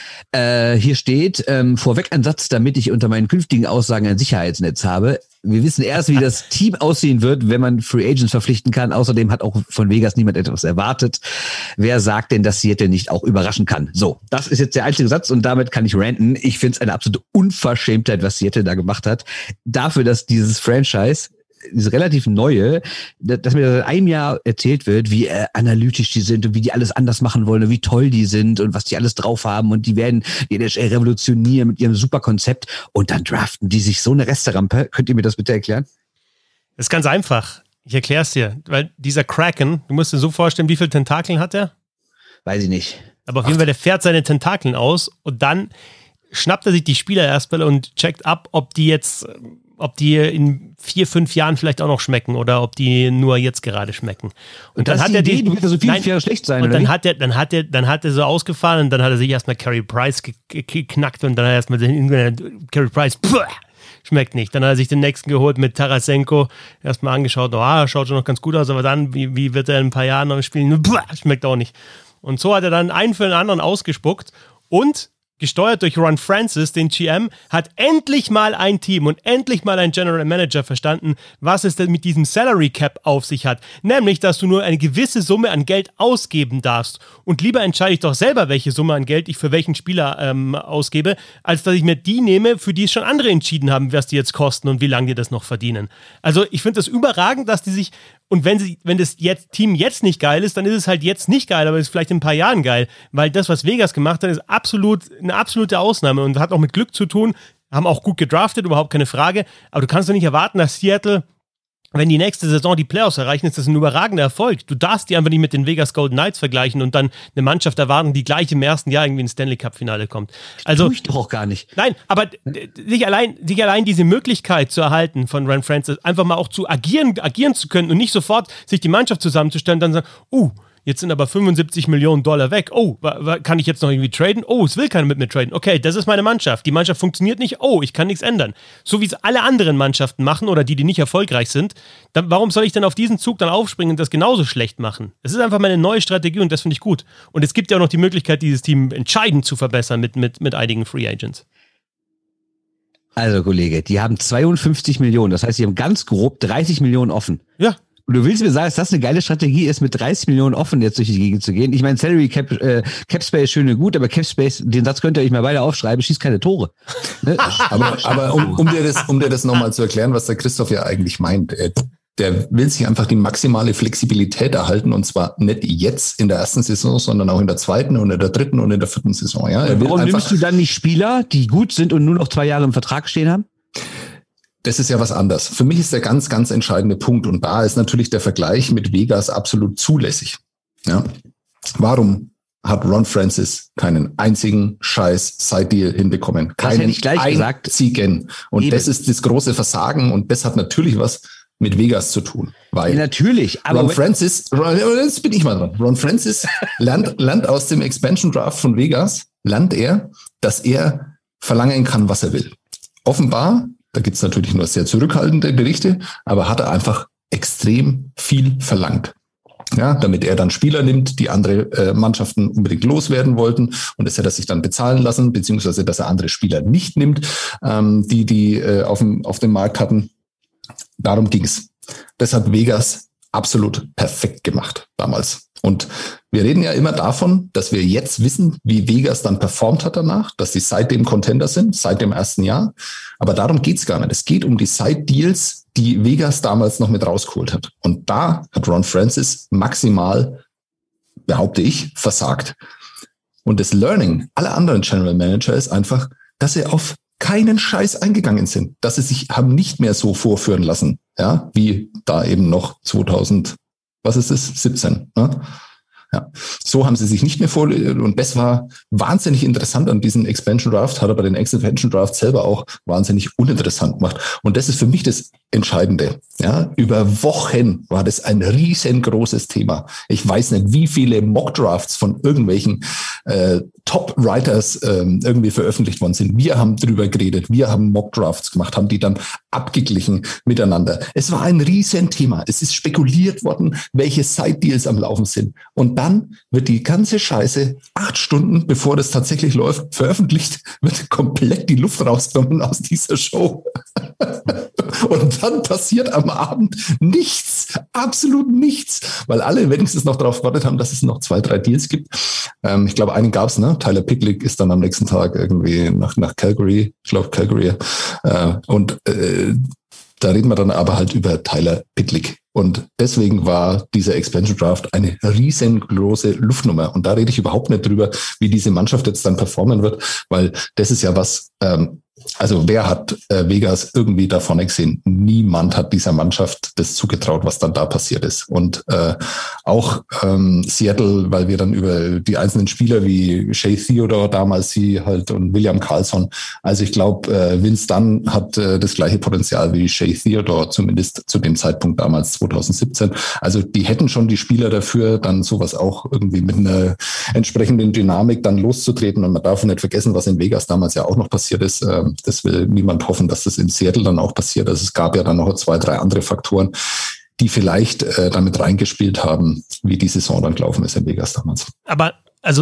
Äh, hier steht, ähm, vorweg ein Satz, damit ich unter meinen künftigen Aussagen ein Sicherheitsnetz habe. Wir wissen erst, wie das Team aussehen wird, wenn man Free Agents verpflichten kann. Außerdem hat auch von Vegas niemand etwas erwartet. Wer sagt denn, dass Seattle nicht auch überraschen kann? So, das ist jetzt der einzige Satz und damit kann ich ranten. Ich finde es eine absolute Unverschämtheit, was Seattle da gemacht hat. Dafür, dass dieses Franchise, diese relativ neue, dass mir seit einem Jahr erzählt wird, wie äh, analytisch die sind und wie die alles anders machen wollen und wie toll die sind und was die alles drauf haben und die werden die N H L revolutionieren mit ihrem super Konzept und dann draften die sich so eine Resterampe. Könnt ihr mir das bitte erklären? Das ist ganz einfach. Ich erkläre es dir, weil dieser Kraken, du musst dir so vorstellen, wie viele Tentakeln hat er? Weiß ich nicht. Aber auf jeden Fall, der fährt seine Tentakeln aus und dann schnappt er sich die Spieler erstmal und checkt ab, ob die jetzt ob die in vier, fünf Jahren vielleicht auch noch schmecken oder ob die nur jetzt gerade schmecken. Und, und dann hat er die, du willst ja so viele Jahre schlecht sein. Und oder dann nicht? hat er, dann hat er, dann hat er so ausgefahren und dann hat er sich erstmal Carey Price geknackt und dann hat er erstmal Carey Price, pfuh, schmeckt nicht. Dann hat er sich den nächsten geholt mit Tarasenko, erstmal angeschaut, oh, ah, schaut schon noch ganz gut aus, aber dann, wie, wie wird er in ein paar Jahren noch spielen? Pfuh, schmeckt auch nicht. Und so hat er dann einen für den anderen ausgespuckt und gesteuert durch Ron Francis, den G M, hat endlich mal ein Team und endlich mal ein General Manager verstanden, was es denn mit diesem Salary Cap auf sich hat. Nämlich, dass du nur eine gewisse Summe an Geld ausgeben darfst. Und lieber entscheide ich doch selber, welche Summe an Geld ich für welchen Spieler ähm, ausgebe, als dass ich mir die nehme, für die es schon andere entschieden haben, was die jetzt kosten und wie lange die das noch verdienen. Also ich finde das überragend, dass die sich, und wenn sie, wenn das jetzt, Team jetzt nicht geil ist, dann ist es halt jetzt nicht geil, aber es ist vielleicht in ein paar Jahren geil, weil das, was Vegas gemacht hat, ist absolut eine absolute Ausnahme und hat auch mit Glück zu tun, haben auch gut gedraftet, überhaupt keine Frage, aber du kannst doch nicht erwarten, dass Seattle, wenn die nächste Saison die Playoffs erreichen, ist das ein überragender Erfolg. Du darfst die einfach nicht mit den Vegas Golden Knights vergleichen und dann eine Mannschaft erwarten, die gleich im ersten Jahr irgendwie ins Stanley Cup Finale kommt. Also, tue ich doch auch gar nicht. Nein, aber sich allein, sich allein diese Möglichkeit zu erhalten von Ron Francis, einfach mal auch zu agieren, agieren zu können und nicht sofort sich die Mannschaft zusammenzustellen und dann sagen, uh, jetzt sind aber fünfundsiebzig Millionen Dollar weg. Oh, kann ich jetzt noch irgendwie traden? Oh, es will keiner mit mir traden. Okay, das ist meine Mannschaft. Die Mannschaft funktioniert nicht. Oh, ich kann nichts ändern. So wie es alle anderen Mannschaften machen oder die, die nicht erfolgreich sind. Dann, warum soll ich denn auf diesen Zug dann aufspringen und das genauso schlecht machen? Es ist einfach meine neue Strategie und das finde ich gut. Und es gibt ja auch noch die Möglichkeit, dieses Team entscheidend zu verbessern mit, mit, mit einigen Free Agents. Also, Kollege, die haben zweiundfünfzig Millionen. Das heißt, sie haben ganz grob dreißig Millionen offen. Ja. Und du willst mir sagen, dass das eine geile Strategie ist, mit dreißig Millionen offen jetzt durch die Gegend zu gehen? Ich meine, Salary Cap, äh, Cap Space schön und gut, aber Cap Space, den Satz könnt ihr euch mal beide aufschreiben, schießt keine Tore. Ne? aber aber um, um dir das, um dir das nochmal zu erklären, was der Christoph ja eigentlich meint, äh, der will sich einfach die maximale Flexibilität erhalten und zwar nicht jetzt in der ersten Saison, sondern auch in der zweiten und in der dritten und in der vierten Saison. Ja? Er will Warum einfach, nimmst du dann nicht Spieler, die gut sind und nur noch zwei Jahre im Vertrag stehen haben? Das ist ja was anderes. Für mich ist der ganz, ganz entscheidende Punkt und da ist natürlich der Vergleich mit Vegas absolut zulässig. Ja? Warum hat Ron Francis keinen einzigen scheiß Side-Deal hinbekommen? Keinen das hätte ich gleich gesagt. einzigen. Und Eben. das ist das große Versagen und das hat natürlich was mit Vegas zu tun. Weil ja, natürlich. Aber Ron Francis, jetzt bin ich mal dran. Ron Francis lernt, lernt aus dem Expansion Draft von Vegas, lernt er, dass er verlangen kann, was er will. Offenbar, da gibt es natürlich nur sehr zurückhaltende Berichte, aber hat er einfach extrem viel verlangt. Ja, damit er dann Spieler nimmt, die andere äh, Mannschaften unbedingt loswerden wollten, und das hätte er sich dann bezahlen lassen, beziehungsweise dass er andere Spieler nicht nimmt, ähm, die die äh, auf dem auf dem Markt hatten. Darum ging's. Das hat Vegas absolut perfekt gemacht damals. Und wir reden ja immer davon, dass wir jetzt wissen, wie Vegas dann performt hat danach, dass sie seitdem Contender sind, seit dem ersten Jahr. Aber darum geht's gar nicht. Es geht um die Side-Deals, die Vegas damals noch mit rausgeholt hat. Und da hat Ron Francis maximal, behaupte ich, versagt. Und das Learning aller anderen General Manager ist einfach, dass sie auf keinen Scheiß eingegangen sind, dass sie sich haben nicht mehr so vorführen lassen, ja, wie da eben noch zweitausend, was ist es, siebzehn, ne? Ja, so haben sie sich nicht mehr vor, und das war wahnsinnig interessant an diesem Expansion Draft, hat aber den Expansion Draft selber auch wahnsinnig uninteressant gemacht. Und das ist für mich das Entscheidende. Ja, über Wochen war das ein riesengroßes Thema. Ich weiß nicht, wie viele Mock Drafts von irgendwelchen äh, Top-Writers ähm, irgendwie veröffentlicht worden sind. Wir haben drüber geredet, wir haben Mock Drafts gemacht, haben die dann abgeglichen miteinander. Es war ein Riesenthema. Es ist spekuliert worden, welche Side-Deals am Laufen sind. Und dann wird die ganze Scheiße acht Stunden, bevor das tatsächlich läuft, veröffentlicht, wird komplett die Luft rausgenommen aus dieser Show. Und dann passiert am Abend nichts, absolut nichts, weil alle wenigstens noch darauf gewartet haben, dass es noch zwei, drei Deals gibt. Ähm, ich glaube, einen gab es, ne? Tyler Picklick ist dann am nächsten Tag irgendwie nach, nach Calgary, ich glaube Calgary. Äh, und äh, da reden wir dann aber halt über Tyler Picklick. Und deswegen war dieser Expansion Draft eine riesengroße Luftnummer. Und da rede ich überhaupt nicht drüber, wie diese Mannschaft jetzt dann performen wird, weil das ist ja was, ähm, also wer hat äh, Vegas irgendwie da vorne gesehen? Niemand hat dieser Mannschaft das zugetraut, was dann da passiert ist. Und äh, auch ähm, Seattle, weil wir dann über die einzelnen Spieler wie Shea Theodore damals sie halt und William Karlsson, also ich glaube, äh, Vince Dunn hat äh, das gleiche Potenzial wie Shea Theodore, zumindest zu dem Zeitpunkt damals zwanzig siebzehn. Also die hätten schon die Spieler dafür, dann sowas auch irgendwie mit einer entsprechenden Dynamik dann loszutreten. Und man darf nicht vergessen, was in Vegas damals ja auch noch passiert ist. Äh, Das will niemand hoffen, dass das in Seattle dann auch passiert. Also es gab ja dann noch zwei, drei andere Faktoren, die vielleicht äh, damit reingespielt haben, wie die Saison dann gelaufen ist in Vegas damals. Aber also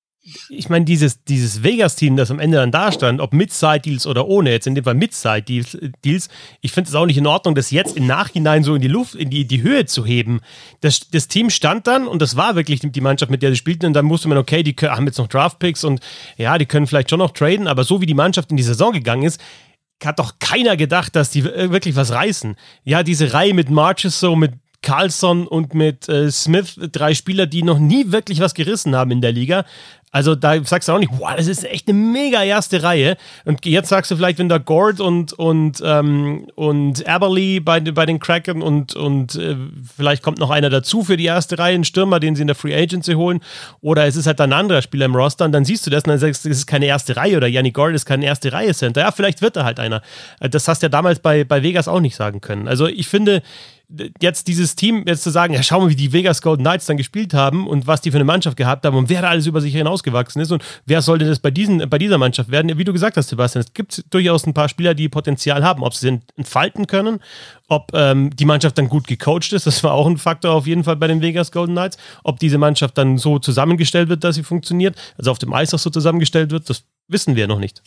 ich meine, dieses, dieses Vegas-Team, das am Ende dann da stand, ob mit Side-Deals oder ohne, jetzt in dem Fall mit Side-Deals, Deals, ich finde es auch nicht in Ordnung, das jetzt im Nachhinein so in die Luft, in die, die Höhe zu heben. Das, das Team stand dann und das war wirklich die Mannschaft, mit der sie spielten, und dann musste man, okay, die können, haben jetzt noch Draft-Picks und ja, die können vielleicht schon noch traden, aber so wie die Mannschaft in die Saison gegangen ist, hat doch keiner gedacht, dass die wirklich was reißen. Ja, diese Reihe mit Marches so, mit Carlson und mit äh, Smith, drei Spieler, die noch nie wirklich was gerissen haben in der Liga. Also da sagst du auch nicht, wow, das ist echt eine mega erste Reihe. Und jetzt sagst du vielleicht, wenn da Gord und und ähm, und Eberle bei, bei den Kraken und und äh, vielleicht kommt noch einer dazu für die erste Reihe, ein Stürmer, den sie in der Free Agency holen, oder es ist halt ein anderer Spieler im Roster, und dann siehst du das und dann sagst du, das ist keine erste Reihe, oder Yannick Gord ist kein erste Reihe Center. Ja, vielleicht wird er halt einer. Das hast du ja damals bei, bei Vegas auch nicht sagen können. Also ich finde, jetzt dieses Team, jetzt zu sagen, ja, schau mal, wie die Vegas Golden Knights dann gespielt haben und was die für eine Mannschaft gehabt haben und wer da alles über sich hinausgewachsen ist und wer sollte das bei diesen, bei dieser Mannschaft werden, wie du gesagt hast, Sebastian, es gibt durchaus ein paar Spieler, die Potenzial haben, ob sie entfalten können, ob ähm, die Mannschaft dann gut gecoacht ist, das war auch ein Faktor auf jeden Fall bei den Vegas Golden Knights, ob diese Mannschaft dann so zusammengestellt wird, dass sie funktioniert, also auf dem Eis auch so zusammengestellt wird, das wissen wir noch nicht.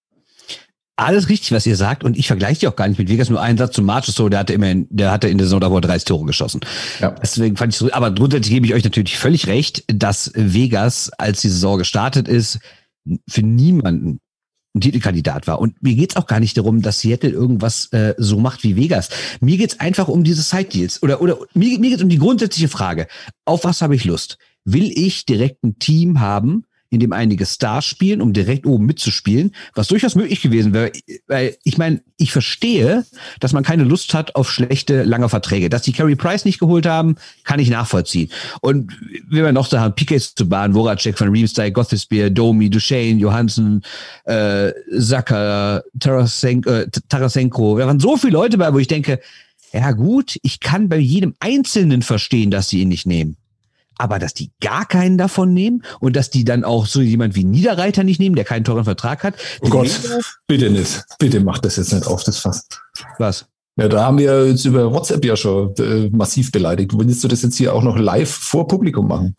Alles richtig, was ihr sagt, und ich vergleiche die auch gar nicht mit Vegas. Nur einen Satz zum Marches, so, der hatte immerhin, der hatte in der Saison davor dreißig Tore geschossen. Ja. Deswegen fand ich so, aber grundsätzlich gebe ich euch natürlich völlig recht, dass Vegas, als die Saison gestartet ist, für niemanden ein Titelkandidat war. Und mir geht's auch gar nicht darum, dass Seattle irgendwas äh, so macht wie Vegas. Mir geht's einfach um diese Side-Deals. Oder, oder mir, mir geht's um die grundsätzliche Frage. Auf was habe ich Lust? Will ich direkt ein Team haben, in dem einige Stars spielen, um direkt oben mitzuspielen, was durchaus möglich gewesen wäre, weil ich meine, ich verstehe, dass man keine Lust hat auf schlechte, lange Verträge. Dass die Carey Price nicht geholt haben, kann ich nachvollziehen. Und wenn wir noch da haben, P K zu Bahn, Voracek von Riemsdyk, Gothisbeer, Domi, Duchesne, Johansson, äh, Sacker, Tarasenko, äh, Tarasenko, da waren so viele Leute bei, wo ich denke, ja gut, ich kann bei jedem Einzelnen verstehen, dass sie ihn nicht nehmen. Aber dass die gar keinen davon nehmen und dass die dann auch so jemand wie Niederreiter nicht nehmen, der keinen teuren Vertrag hat. Oh Gott, bitte nicht. Bitte macht das jetzt nicht auf, das Fass. Was? Ja, da haben wir jetzt über WhatsApp ja schon äh, massiv beleidigt. Willst du das jetzt hier auch noch live vor Publikum machen?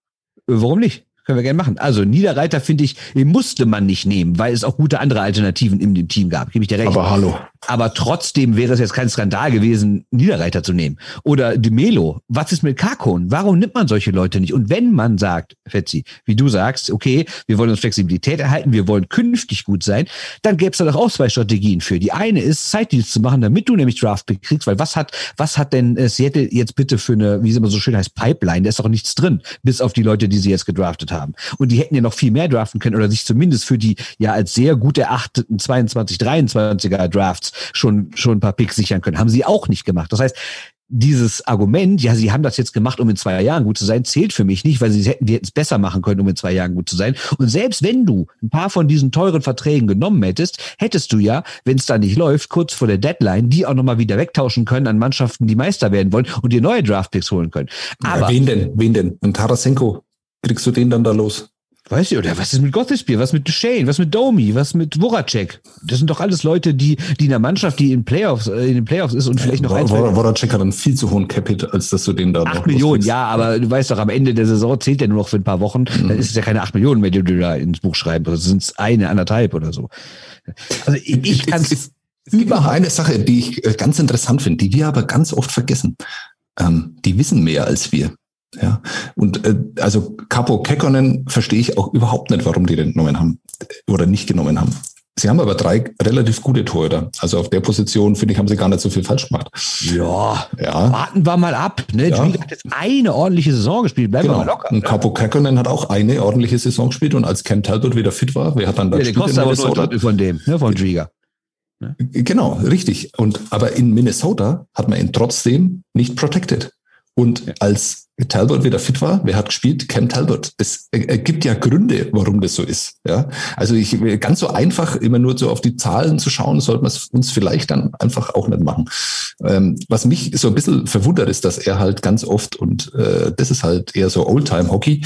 Warum nicht? Können wir gerne machen. Also Niederreiter, finde ich, den musste man nicht nehmen, weil es auch gute andere Alternativen in dem Team gab. Gebe ich dir recht. Aber hallo. Aber trotzdem wäre es jetzt kein Skandal gewesen, Niederreiter zu nehmen. Oder De Melo. Was ist mit Kakon? Warum nimmt man solche Leute nicht? Und wenn man sagt, Fetzi, wie du sagst, okay, wir wollen uns Flexibilität erhalten, wir wollen künftig gut sein, dann gäbe es da doch auch zwei Strategien für. Die eine ist, Zeitdienst zu machen, damit du nämlich Draftpick kriegst, weil was hat, was hat denn äh, Seattle jetzt bitte für eine, wie es immer so schön heißt, Pipeline? Da ist doch nichts drin, bis auf die Leute, die sie jetzt gedraftet haben. Und die hätten ja noch viel mehr draften können oder sich zumindest für die ja als sehr gut erachteten zweiundzwanzig, dreiundzwanziger Drafts schon, schon ein paar Picks sichern können. Haben sie auch nicht gemacht. Das heißt, dieses Argument, ja, sie haben das jetzt gemacht, um in zwei Jahren gut zu sein, zählt für mich nicht, weil sie hätten, die hätten es besser machen können, um in zwei Jahren gut zu sein. Und selbst wenn du ein paar von diesen teuren Verträgen genommen hättest, hättest du ja, wenn es da nicht läuft, kurz vor der Deadline, die auch nochmal wieder wegtauschen können an Mannschaften, die Meister werden wollen und dir neue Draftpicks holen können. Aber ja, wen denn? Wen denn? Und Tarasenko, kriegst du den dann da los? Weißt du, oder was ist mit Gothisbeer, was mit Duchesne, was mit Domi, was mit Voracek? Das sind doch alles Leute, die, die in der Mannschaft, die in Playoffs, in den Playoffs ist und vielleicht noch ein, zwei... Voracek hat einen viel zu hohen Capit, als dass du den da acht Millionen, ja, aber du weißt doch, am Ende der Saison zählt der nur noch für ein paar Wochen, mhm. Dann ist es ja keine acht Millionen mehr, die du da ins Buch schreibst, das sind eine, anderthalb oder so. Also ich, ich kann es... Es gibt noch eine Sache, die ich ganz interessant finde, die wir aber ganz oft vergessen. Ähm, die wissen mehr als wir. Ja, und äh, also Capo Kekkonen verstehe ich auch überhaupt nicht, warum die den genommen haben oder nicht genommen haben. Sie haben aber drei relativ gute Torhüter. Also auf der Position, finde ich, haben sie gar nicht so viel falsch gemacht. Ja, ja. Warten wir mal ab. Ne? Ja. Hat jetzt eine ordentliche Saison gespielt. Bleiben genau. wir mal locker. Und Capo Kekkonen hat auch eine ordentliche Saison gespielt und als Cam Talbot wieder fit war, wer hat dann da ja, gespielt? Der kostet aber nur von dem, ne, von Driga. Ne? Genau, richtig. Und aber in Minnesota hat man ihn trotzdem nicht protected. Und ja. als Talbot wieder fit war, wer hat gespielt? Cam Talbot. Das ergibt ja Gründe, warum das so ist. Ja, also ich ganz so einfach immer nur so auf die Zahlen zu schauen, sollte man es uns vielleicht dann einfach auch nicht machen. Ähm, was mich so ein bisschen verwundert ist, dass er halt ganz oft und äh, das ist halt eher so Oldtime-Hockey,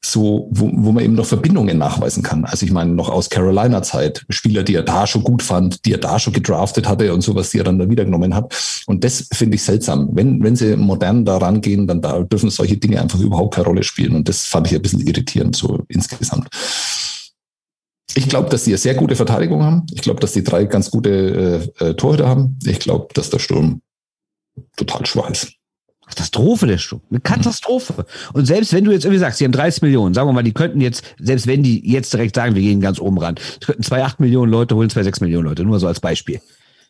so wo, wo man eben noch Verbindungen nachweisen kann. Also ich meine noch aus Carolina-Zeit Spieler, die er da schon gut fand, die er da schon gedraftet hatte und sowas, die er dann da wieder genommen hat. Und das finde ich seltsam. Wenn wenn sie modern da rangehen, dann da dürfen solche Dinge einfach überhaupt keine Rolle spielen. Und das fand ich ein bisschen irritierend, so insgesamt. Ich glaube, dass die eine sehr gute Verteidigung haben. Ich glaube, dass die drei ganz gute äh, Torhüter haben. Ich glaube, dass der Sturm total schwach ist. Katastrophe, der Sturm. Eine Katastrophe. Mhm. Und selbst wenn du jetzt irgendwie sagst, die haben dreißig Millionen, sagen wir mal, die könnten jetzt, selbst wenn die jetzt direkt sagen, wir gehen ganz oben ran, die könnten zwei acht Millionen Leute holen, zwei sechs Millionen Leute, nur so als Beispiel.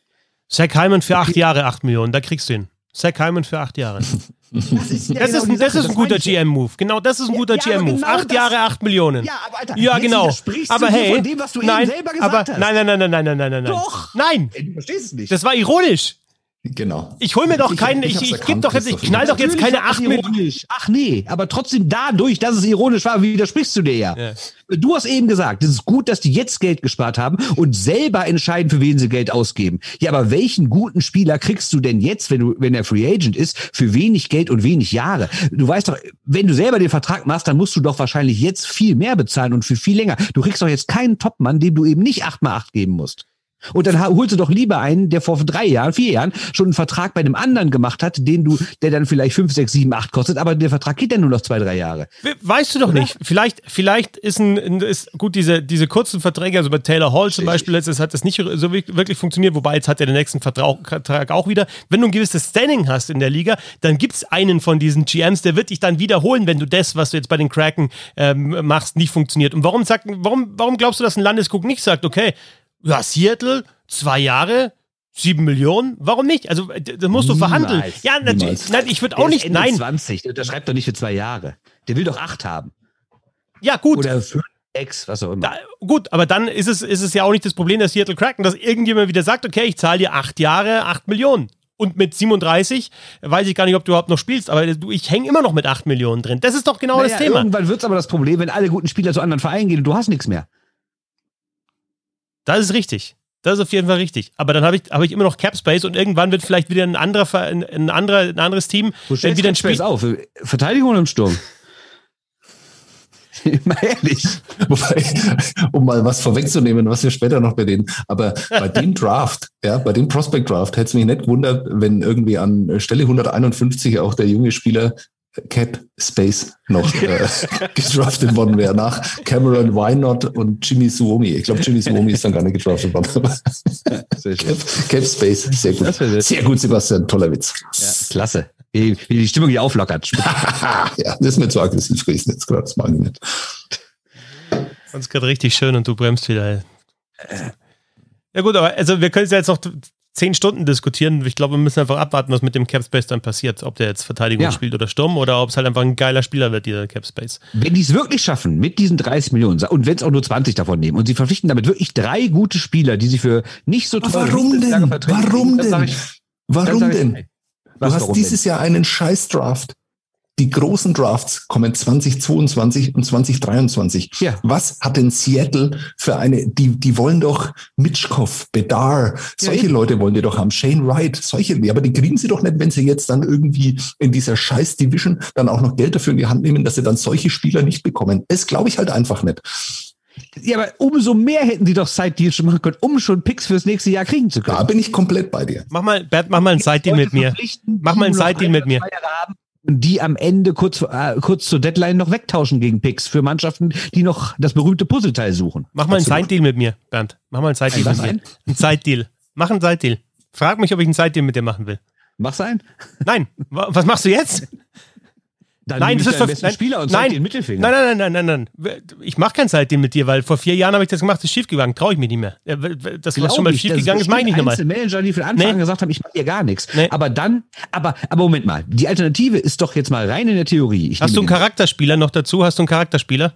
Zach Hyman für acht Jahre, acht Millionen, da kriegst du ihn. Zach Hyman für acht Jahre. Das ist, ja das genau ist, ein, das ist ein guter G M-Move. Genau, das ist ein guter ja, G M-Move. Genau acht das, Jahre, acht Millionen. Ja, aber Alter, ja genau. Aber hey, von dem, was du nein, eben selber gesagt aber, hast. Nein, nein, nein, nein, nein, nein, nein, nein. Doch. Nein. Ey, du verstehst es nicht. Das war ironisch. Genau. Ich hol mir doch keinen, ich, ich, ich gebe doch jetzt, ich knall doch jetzt keine acht Millionen. Ach nee, aber trotzdem dadurch, dass es ironisch war, widersprichst du dir ja. ja. Du hast eben gesagt, es ist gut, dass die jetzt Geld gespart haben und selber entscheiden, für wen sie Geld ausgeben. Ja, aber welchen guten Spieler kriegst du denn jetzt, wenn du, wenn er Free Agent ist, für wenig Geld und wenig Jahre? Du weißt doch, wenn du selber den Vertrag machst, dann musst du doch wahrscheinlich jetzt viel mehr bezahlen und für viel länger. Du kriegst doch jetzt keinen Topmann, dem du eben nicht acht mal acht geben musst. Und dann holst du doch lieber einen, der vor drei Jahren, vier Jahren schon einen Vertrag bei einem anderen gemacht hat, den du, der dann vielleicht fünf, sechs, sieben, acht kostet, aber der Vertrag geht dann nur noch zwei, drei Jahre. Weißt du doch Oder? nicht. Vielleicht, vielleicht ist ein, ist gut, diese, diese kurzen Verträge, also bei Taylor Hall zum Beispiel, letztes hat das nicht so wirklich funktioniert, wobei jetzt hat er den nächsten Vertrag auch wieder. Wenn du ein gewisses Standing hast in der Liga, dann gibt es einen von diesen G Ms, der wird dich dann wiederholen, wenn du das, was du jetzt bei den Kraken ähm, machst, nicht funktioniert. Und warum sagt, warum, warum glaubst du, dass ein Landesguck nicht sagt, okay, ja, Seattle, zwei Jahre, sieben Millionen, warum nicht? Also, das musst du Niemals. verhandeln. Ja, natürlich. Nein, ich würde auch nicht, Ende nein. zwanzig, der unterschreibt doch nicht für zwei Jahre. Der will doch acht haben. Ja, gut. Oder fünf, sechs, was auch immer. Da, gut, aber dann ist es, ist es ja auch nicht das Problem der Seattle Kraken, dass irgendjemand wieder sagt, okay, ich zahle dir acht Jahre, acht Millionen. Und mit siebenunddreißig weiß ich gar nicht, ob du überhaupt noch spielst, aber du, ich hänge immer noch mit acht Millionen drin. Das ist doch genau naja, das Thema. Irgendwann wird es aber das Problem, wenn alle guten Spieler zu anderen Vereinen gehen und du hast nichts mehr. Das ist richtig. Das ist auf jeden Fall richtig. Aber dann habe ich, hab ich immer noch Cap Space und irgendwann wird vielleicht wieder ein anderer, ein, ein, anderer, ein anderes Team. Wo stellst wieder Cap Space auf? Verteidigung oder im Sturm? Mal ehrlich. Wobei, um mal was vorwegzunehmen, was wir später noch bereden, aber bei dem Draft, ja, bei dem Prospect Draft hätte es mich nicht gewundert, wenn irgendwie an Stelle hunderteinundfünfzig auch der junge Spieler Cap Space noch äh, gedraftet worden wäre, nach Cameron Wynot und Jimmy Suomi. Ich glaube, Jimmy Suomi ist dann gar nicht gedraftet worden. Cap, Cap Space, sehr gut. Sehr gut, Sebastian, toller Witz. Ja, klasse. Wie, wie die Stimmung hier auflockert. Ja, das ist mir zu aggressiv gewesen jetzt gerade, das mag ich nicht. Das ist gerade richtig schön und du bremst wieder. Ja gut, aber also wir können es ja jetzt noch zehn Stunden diskutieren. Ich glaube, wir müssen einfach abwarten, was mit dem Cap Space dann passiert. Ob der jetzt Verteidigung ja. spielt oder Sturm oder ob es halt einfach ein geiler Spieler wird, dieser Cap Space. Wenn die es wirklich schaffen, mit diesen dreißig Millionen und wenn es auch nur zwanzig davon nehmen und sie verpflichten damit wirklich drei gute Spieler, die sie für nicht so teuer Warum denn? Warum denn? Ich, warum denn? Ich, du hast dieses denn? Jahr einen Scheiß-Draft. Die großen Drafts kommen zwanzig zweiundzwanzig und zwanzig dreiundzwanzig. Ja. Was hat denn Seattle für eine, die, die wollen doch Mitchkov, Bedar, solche ja, Leute wollen die doch haben, Shane Wright, solche, aber die kriegen sie doch nicht, wenn sie jetzt dann irgendwie in dieser Scheiß-Division dann auch noch Geld dafür in die Hand nehmen, dass sie dann solche Spieler nicht bekommen. Das glaube ich halt einfach nicht. Ja, aber umso mehr hätten die doch Side-Deals schon machen können, um schon Picks fürs nächste Jahr kriegen zu können. Da bin ich komplett bei dir. Mach mal, Bert, mach mal ein Side-Deal mit mir. Mach mal ein Side-Deal mit mir. Und die am Ende kurz, äh, kurz zur Deadline noch wegtauschen gegen Picks für Mannschaften, die noch das berühmte Puzzleteil suchen. Mach mal ein Side-Deal mit mir, Bernd. Mach mal ein Side-Deal mit mir. Ein Side-Deal. Mach ein Side-Deal. Frag mich, ob ich ein Side-Deal mit dir machen will. Mach's ein? Nein. Was machst du jetzt? Dann nein, das ist für besten Spieler und nein, den Mittelfinger. Nein, nein, nein, nein, nein. Ich mache kein Side-Deal mit dir, weil vor vier Jahren habe ich das gemacht, das ist schiefgegangen. Traue ich mir nicht mehr. Das, was schon mal schiefgegangen ist, mache ich nicht nochmal. Manager, die von Anfang an nee. gesagt haben, ich mache dir gar nichts. Nee. Aber dann, aber, aber Moment mal, die Alternative ist doch jetzt mal rein in der Theorie. Ich Hast du einen Charakterspieler noch dazu? Hast du einen Charakterspieler?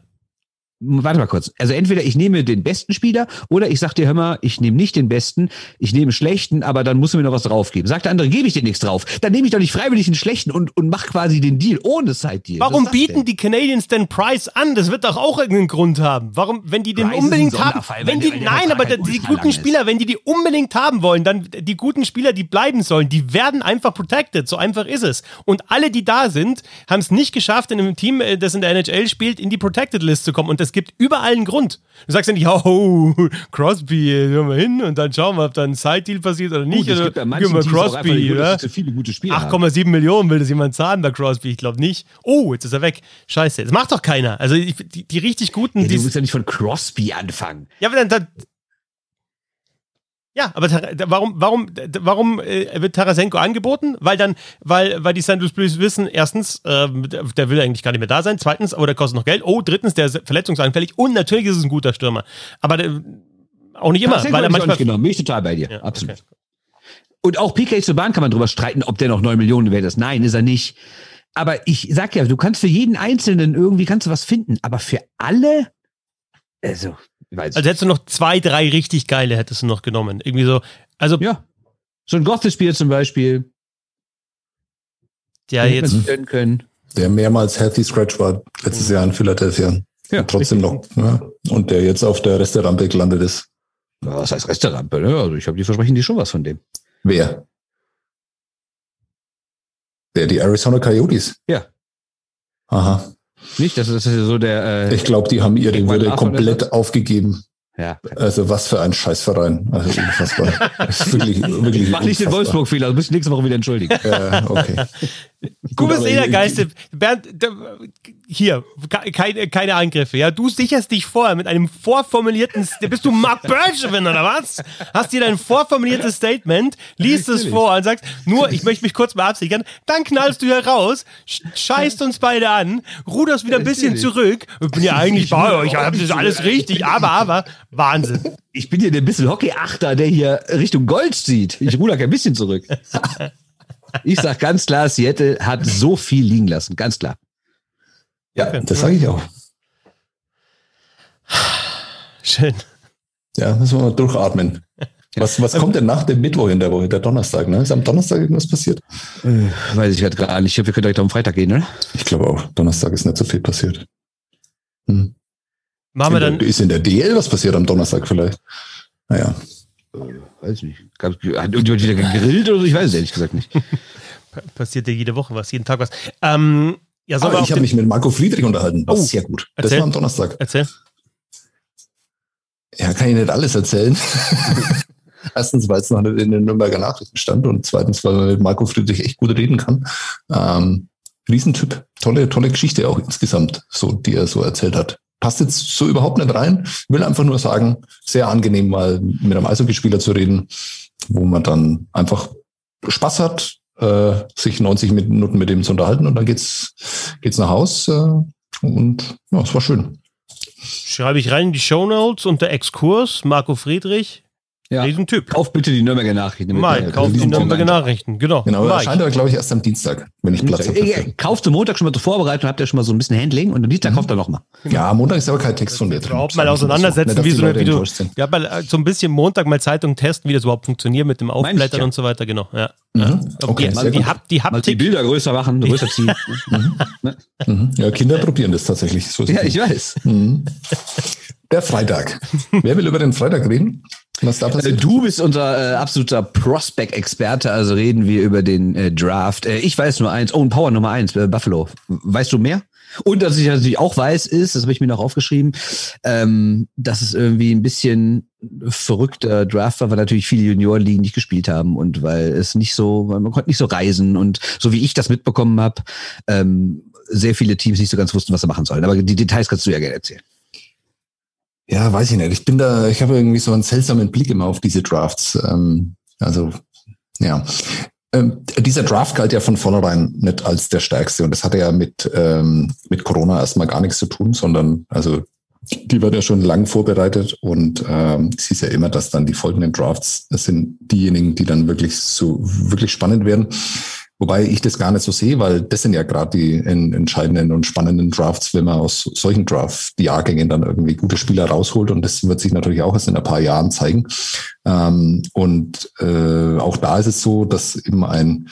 Warte mal kurz. Also entweder ich nehme den besten Spieler oder ich sag dir, hör mal, ich nehme nicht den besten, ich nehme einen schlechten, aber dann musst du mir noch was draufgeben. Sagt der andere, gebe ich dir nichts drauf. Dann nehme ich doch nicht freiwillig einen schlechten und, und mach quasi den Deal ohne Side-Deal. Warum bieten denn? die Canadiens denn Price an? Das wird doch auch irgendeinen Grund haben. Warum, wenn die den Price unbedingt haben, wenn die, wenn nein, aber die guten Spieler, wenn die die unbedingt haben wollen, dann die guten Spieler, die bleiben sollen, die werden einfach protected. So einfach ist es. Und alle, die da sind, haben es nicht geschafft, in einem Team, das in der N H L spielt, in die Protected List zu kommen. Und es gibt überall einen Grund. Du sagst ja nicht, oh, Crosby, hören wir hin und dann schauen wir, ob da ein Side-Deal passiert oder nicht. Gut, oder gehen wir Crosby, oder? acht Komma sieben Millionen will das jemand zahlen bei Crosby? Ich glaube nicht. Oh, jetzt ist er weg. Scheiße, das macht doch keiner. Also die, die, die richtig guten... Ja, du musst ja nicht von Crosby anfangen. Ja, aber dann... dann ja, aber warum, warum, warum äh, wird Tarasenko angeboten? Weil dann, weil, weil die Saint Louis Blues wissen, erstens, äh, der will eigentlich gar nicht mehr da sein, zweitens, aber der kostet noch Geld, oh, drittens, der ist verletzungsanfällig und natürlich ist es ein guter Stürmer. Aber der, auch nicht immer, Tarasenko weil er manchmal... Genommen. Bin ich total bei dir, ja, absolut. Okay. Und auch P K Subban kann man drüber streiten, ob der noch neun Millionen wert ist. Nein, ist er nicht. Aber ich sag ja, du kannst für jeden Einzelnen irgendwie, kannst du was finden, aber für alle, also... Also hättest du noch zwei, drei richtig geile hättest du noch genommen. Irgendwie so, also... Ja, so ein Gottes-Spiel zum Beispiel. Ja, jetzt... Können. Der mehrmals Healthy Scratch war letztes Jahr in Philadelphia. Ja, und trotzdem noch. Ja. Und der jetzt auf der Resterampe gelandet ist. Ja, was heißt Resterampe? Ne? Also ich habe die versprechen dir schon was von dem. Wer? Der, die Arizona Coyotes? Ja. Aha. Nicht, das ist so der... Äh, ich glaube, die haben ihre Würde komplett aufgegeben. Ja. Also was für ein Scheißverein. Also unfassbar. Das ist wirklich, wirklich Mach nicht den Wolfsburg-Fehler, du musst nächste Woche wieder entschuldigen. Ja, okay. Du bist eh der Geiste. Bernd, hier, keine, keine Angriffe. Ja, du sicherst dich vorher mit einem vorformulierten, bist du Mark Bergevin oder was? Hast dir dein vorformuliertes Statement, liest es vor und sagst, nur, ich möchte mich kurz mal absichern, dann knallst du hier raus, scheißt uns beide an, ruderst wieder ein bisschen zurück. Ich bin ja eigentlich bei euch, das ist alles richtig, aber, aber, Wahnsinn. Ich bin hier ein bisschen Hockey-Achter, der hier Richtung Gold zieht. Ich ruder kein bisschen zurück. Ich sag ganz klar, Seattle hat so viel liegen lassen, ganz klar. Ja, das sage ich auch. Schön. Ja, müssen wir mal durchatmen. Was, was kommt denn nach dem Mittwoch in der Woche, der Donnerstag? Ne? Ist am Donnerstag irgendwas passiert? Äh, weiß ich halt gar nicht. Ich glaube, wir können direkt am Freitag gehen, ne? Ich glaube auch. Donnerstag ist nicht so viel passiert. Hm. Machen wir dann. Ist in der D L was passiert am Donnerstag vielleicht? Naja. Äh, weiß nicht. Hat irgendjemand wieder gegrillt oder so? Ich weiß es ehrlich gesagt nicht. Passiert ja jede Woche was, jeden Tag was. Ähm, ja, Aber ich habe mich mit Marco Friedrich unterhalten. Das oh, ist sehr gut. Erzähl. Das war am Donnerstag. Erzähl. Ja, kann ich nicht alles erzählen. Erstens, weil es noch nicht in den Nürnberger Nachrichten stand und zweitens, weil man mit Marco Friedrich echt gut reden kann. Ähm, Riesentyp. Tolle, tolle Geschichte auch insgesamt, so, die er so erzählt hat. Passt jetzt so überhaupt nicht rein. Will einfach nur sagen, sehr angenehm mal mit einem Eishockeyspieler zu reden, wo man dann einfach Spaß hat, äh, sich neunzig Minuten mit dem zu unterhalten und dann geht's, geht's nach Haus äh, und ja, es war schön. Schreibe ich rein in die Shownotes unter Exkurs, Marco Friedrich. Ja. Riesentyp. Kauf bitte die Nürnberger Nachrichten. Mike, kauf die Nürnberger Nachrichten, genau. Genau, Mike. erscheint aber, glaube ich, erst am Dienstag, wenn ich Platz habe. Kauft am Montag schon mal zur Vorbereitung, habt ihr schon mal so ein bisschen Handling und am Dienstag mhm. kauft er nochmal. Ja, am Montag ist aber kein Text von mir drin. Überhaupt mal auseinandersetzen, so, wie so eine, wie du, ja, mal so ein bisschen Montag mal Zeitung testen, wie das überhaupt funktioniert mit dem Aufblättern ja. und so weiter, genau. Ja. Mhm. Okay, die, die, Hap, die Haptik. Mal die Bilder größer machen, größer ziehen. mhm. Mhm. Ja, Kinder probieren das tatsächlich. So ja, ich weiß. Mhm. Der Freitag. Wer will über den Freitag reden? Was da passiert? Du bist unser äh, absoluter Prospect-Experte, also reden wir über den äh, Draft. Äh, ich weiß nur eins, Owen Power Nummer eins, äh, Buffalo. Weißt du mehr? Und was ich natürlich auch weiß, ist, das habe ich mir noch aufgeschrieben, ähm, dass es irgendwie ein bisschen verrückter Draft war, weil natürlich viele Juniorenligen nicht gespielt haben und weil es nicht so, weil man konnte nicht so reisen und so wie ich das mitbekommen habe, ähm, sehr viele Teams nicht so ganz wussten, was sie machen sollen. Aber die Details kannst du ja gerne erzählen. Ja, weiß ich nicht. Ich bin da, ich habe irgendwie so einen seltsamen Blick immer auf diese Drafts. Ähm, also, ja. Ähm, dieser Draft galt ja von vornherein nicht als der stärkste und das hatte ja mit, ähm, mit Corona erstmal gar nichts zu tun, sondern, also, die wird ja schon lang vorbereitet und ähm, es ist ja immer, dass dann die folgenden Drafts, das sind diejenigen, die dann wirklich so, wirklich spannend werden. Wobei ich das gar nicht so sehe, weil das sind ja gerade die in, entscheidenden und spannenden Drafts, wenn man aus solchen Draft-Jahrgängen dann irgendwie gute Spieler rausholt. Und das wird sich natürlich auch erst in ein paar Jahren zeigen. Ähm, und äh, auch da ist es so, dass eben ein,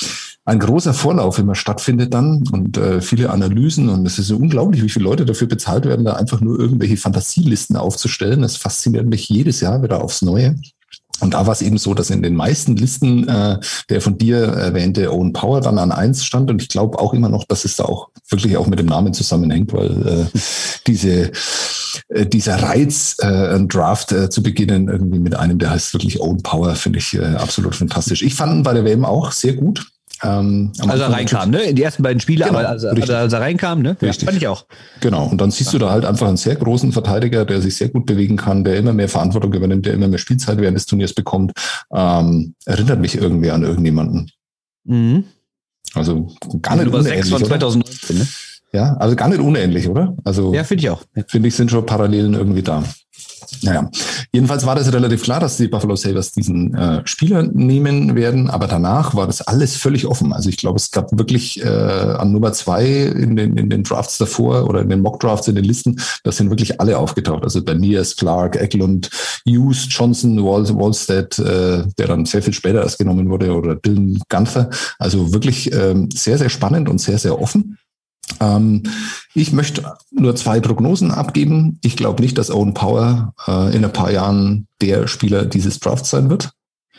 ein großer Vorlauf immer stattfindet dann und äh, viele Analysen. Und es ist so unglaublich, wie viele Leute dafür bezahlt werden, da einfach nur irgendwelche Fantasielisten aufzustellen. Das fasziniert mich jedes Jahr wieder aufs Neue. Und da war es eben so, dass in den meisten Listen äh, der von dir erwähnte Owen Power dann an eins stand. Und ich glaube auch immer noch, dass es da auch wirklich auch mit dem Namen zusammenhängt, weil äh, diese äh, dieser Reiz, äh, einen Draft äh, zu beginnen, irgendwie mit einem, der heißt wirklich Owen Power, finde ich äh, absolut fantastisch. Ich fand ihn bei der W M auch sehr gut. Ähm, als er reinkam, ne? In die ersten beiden Spiele, genau, aber als, als, als er reinkam, ne? Richtig. Ja, fand ich auch. Genau. Und dann siehst du da halt einfach einen sehr großen Verteidiger, der sich sehr gut bewegen kann, der immer mehr Verantwortung übernimmt, der immer mehr Spielzeit während des Turniers bekommt. Ähm, erinnert mich irgendwie an irgendjemanden. Mhm. Also gar nicht Nummer sechs von zwanzig neunzehn, ne? Ja, also gar nicht unähnlich, oder? Also ja, finde ich auch. Ja. Finde ich, sind schon Parallelen irgendwie da. Naja, jedenfalls war das relativ klar, dass die Buffalo Sabres diesen äh, Spieler nehmen werden, aber danach war das alles völlig offen. Also ich glaube, es gab wirklich äh, an Nummer zwei in den, in den Drafts davor oder in den Mock-Drafts in den Listen, da sind wirklich alle aufgetaucht. Also Berniers, Clark, Eklund, Hughes, Johnson, Wall, Wallstead, äh, der dann sehr viel später erst genommen wurde, oder Dylan Gunther. Also wirklich äh, sehr, sehr spannend und sehr, sehr offen. Ähm, ich möchte nur zwei Prognosen abgeben. Ich glaube nicht, dass Owen Power äh, in ein paar Jahren der Spieler dieses Drafts sein wird.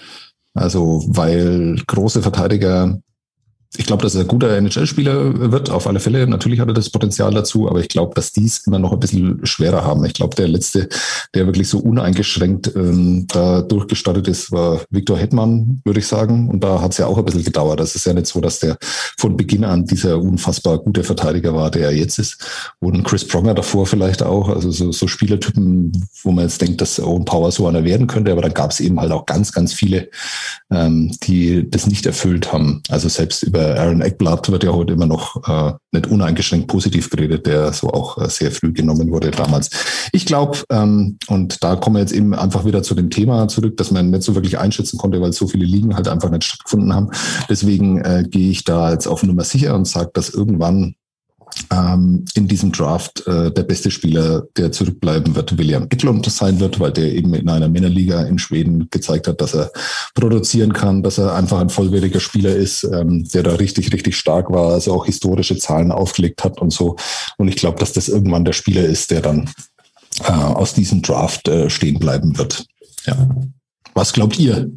Also, weil große Verteidiger, ich glaube, dass er ein guter N H L-Spieler wird, auf alle Fälle. Natürlich hat er das Potenzial dazu, aber ich glaube, dass die es immer noch ein bisschen schwerer haben. Ich glaube, der letzte, der wirklich so uneingeschränkt ähm, da durchgestartet ist, war Victor Hedman, würde ich sagen. Und da hat es ja auch ein bisschen gedauert. Das ist ja nicht so, dass der von Beginn an dieser unfassbar gute Verteidiger war, der er jetzt ist. Und Chris Pronger davor vielleicht auch. Also so, so Spielertypen, wo man jetzt denkt, dass Owen Power so einer werden könnte. Aber dann gab es eben halt auch ganz, ganz viele, ähm, die das nicht erfüllt haben. Also selbst über Aaron Ekblad wird ja heute immer noch äh, nicht uneingeschränkt positiv geredet, der so auch äh, sehr früh genommen wurde damals. Ich glaube, ähm, und da kommen wir jetzt eben einfach wieder zu dem Thema zurück, dass man nicht so wirklich einschätzen konnte, weil so viele Ligen halt einfach nicht stattgefunden haben. Deswegen äh, gehe ich da jetzt auf Nummer sicher und sage, dass irgendwann ähm, in diesem Draft äh, der beste Spieler, der zurückbleiben wird, William Eklund sein wird, weil der eben in einer Männerliga in Schweden gezeigt hat, dass er produzieren kann, dass er einfach ein vollwertiger Spieler ist, ähm, der da richtig, richtig stark war, also auch historische Zahlen aufgelegt hat und so. Und ich glaube, dass das irgendwann der Spieler ist, der dann äh, aus diesem Draft äh, stehen bleiben wird. Ja. Was glaubt ihr?